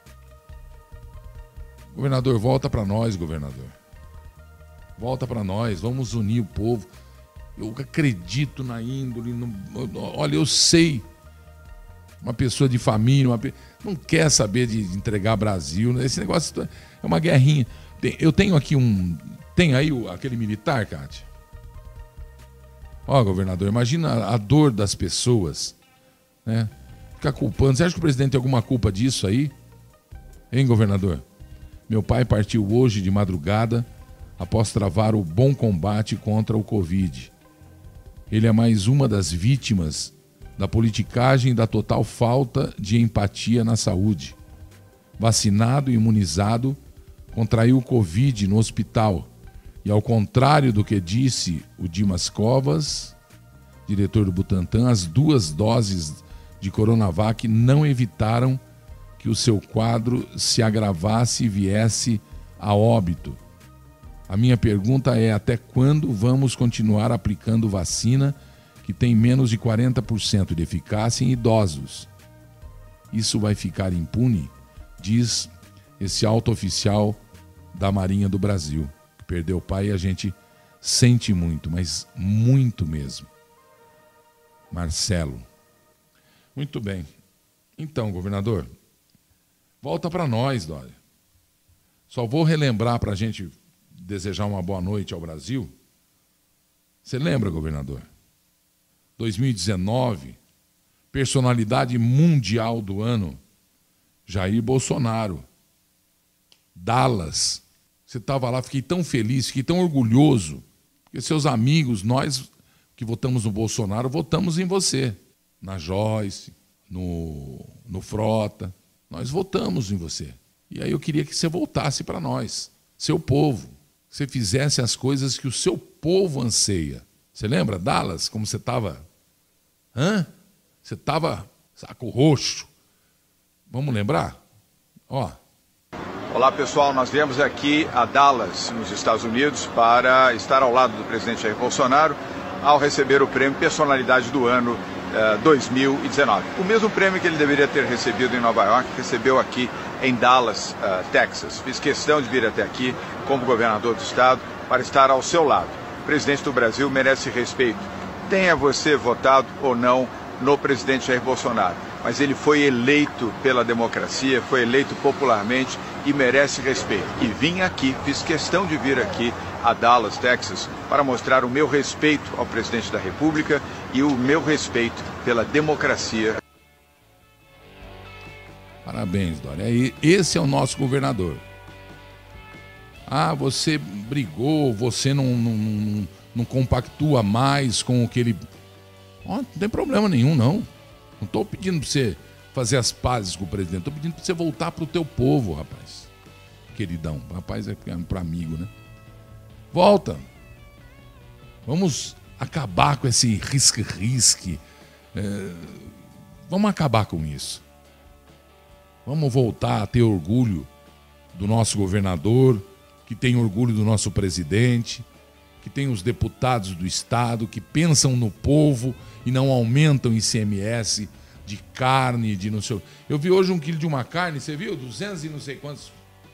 Governador, volta para nós, governador. Volta para nós, vamos unir o povo. Eu acredito na índole. Olha, eu sei, uma pessoa de família, não quer saber de entregar Brasil. Esse negócio é uma guerrinha. Eu tenho aqui tem aí aquele militar, Cátia? Ó, governador, imagina a dor das pessoas, né? Ficar culpando. Você acha que o presidente tem alguma culpa disso aí? Hein, governador? Meu pai partiu hoje de madrugada após travar o bom combate contra o Covid. Ele é mais uma das vítimas da politicagem e da total falta de empatia na saúde. Vacinado e imunizado, contraiu o Covid no hospital. E ao contrário do que disse o Dimas Covas, diretor do Butantan, as 2 doses de Coronavac não evitaram que o seu quadro se agravasse e viesse a óbito. A minha pergunta é: até quando vamos continuar aplicando vacina que tem menos de 40% de eficácia em idosos? Isso vai ficar impune? Diz esse alto oficial da Marinha do Brasil. Perdeu o pai e a gente sente muito, mas muito mesmo. Marcelo. Muito bem. Então, governador, volta para nós, Dória. Só vou relembrar para a gente desejar uma boa noite ao Brasil. Você lembra, governador? 2019, personalidade mundial do ano, Jair Bolsonaro. Dallas. Você estava lá, fiquei tão feliz, fiquei tão orgulhoso, porque seus amigos, nós que votamos no Bolsonaro, votamos em você. Na Joyce, no Frota, nós votamos em você. E aí eu queria que você voltasse para nós, seu povo, que você fizesse as coisas que o seu povo anseia. Você lembra, Dallas, como você estava? Você estava saco roxo. Vamos lembrar? Ó. Olá, pessoal. Nós viemos aqui a Dallas, nos Estados Unidos, para estar ao lado do presidente Jair Bolsonaro ao receber o prêmio Personalidade do Ano 2019. O mesmo prêmio que ele deveria ter recebido em Nova York, recebeu aqui em Dallas, Texas. Fiz questão de vir até aqui como governador do estado para estar ao seu lado. O presidente do Brasil merece respeito. Tenha você votado ou não no presidente Jair Bolsonaro, mas ele foi eleito pela democracia, foi eleito popularmente e merece respeito. E vim aqui, fiz questão de vir aqui a Dallas, Texas, para mostrar o meu respeito ao presidente da República e o meu respeito pela democracia. Parabéns, Dória. Esse é o nosso governador. Ah, você brigou, você não compactua mais com o que ele... Oh, não tem problema nenhum, não. Não estou pedindo para você fazer as pazes com o presidente. Estou pedindo para você voltar para o teu povo, rapaz. Queridão. Rapaz é para amigo, né? Volta. Vamos acabar com esse risque-risque. Vamos acabar com isso. Vamos voltar a ter orgulho do nosso governador, que tem orgulho do nosso presidente, que tem os deputados do estado, que pensam no povo e não aumentam o ICMS de carne, de não sei... Eu vi hoje 1 quilo de uma carne, você viu? 200 e não sei quantos...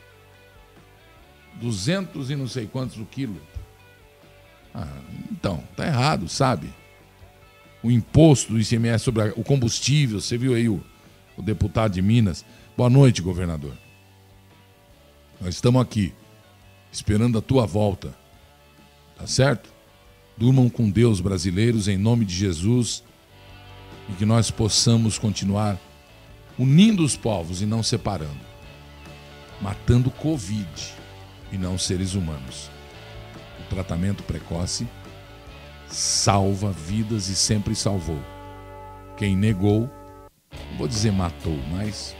200 e não sei quantos o quilo. Ah, então, tá errado, sabe? O imposto do ICMS sobre o combustível, você viu aí o deputado de Minas. Boa noite, governador. Nós estamos aqui, esperando a tua volta. Tá certo? Durmam com Deus, brasileiros, em nome de Jesus, e que nós possamos continuar unindo os povos e não separando, matando Covid e não seres humanos. O tratamento precoce salva vidas e sempre salvou. Quem negou, não vou dizer matou, mas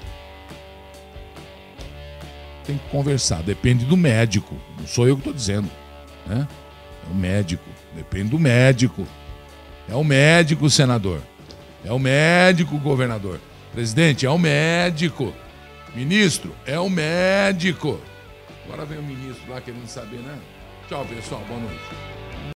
tem que conversar. Depende do médico, não sou eu que estou dizendo, né? É o médico, depende do médico. É o médico, senador. É o médico, governador. Presidente, é o médico. Ministro, é o médico. Agora vem o ministro lá querendo saber, né? Tchau, pessoal. Boa noite.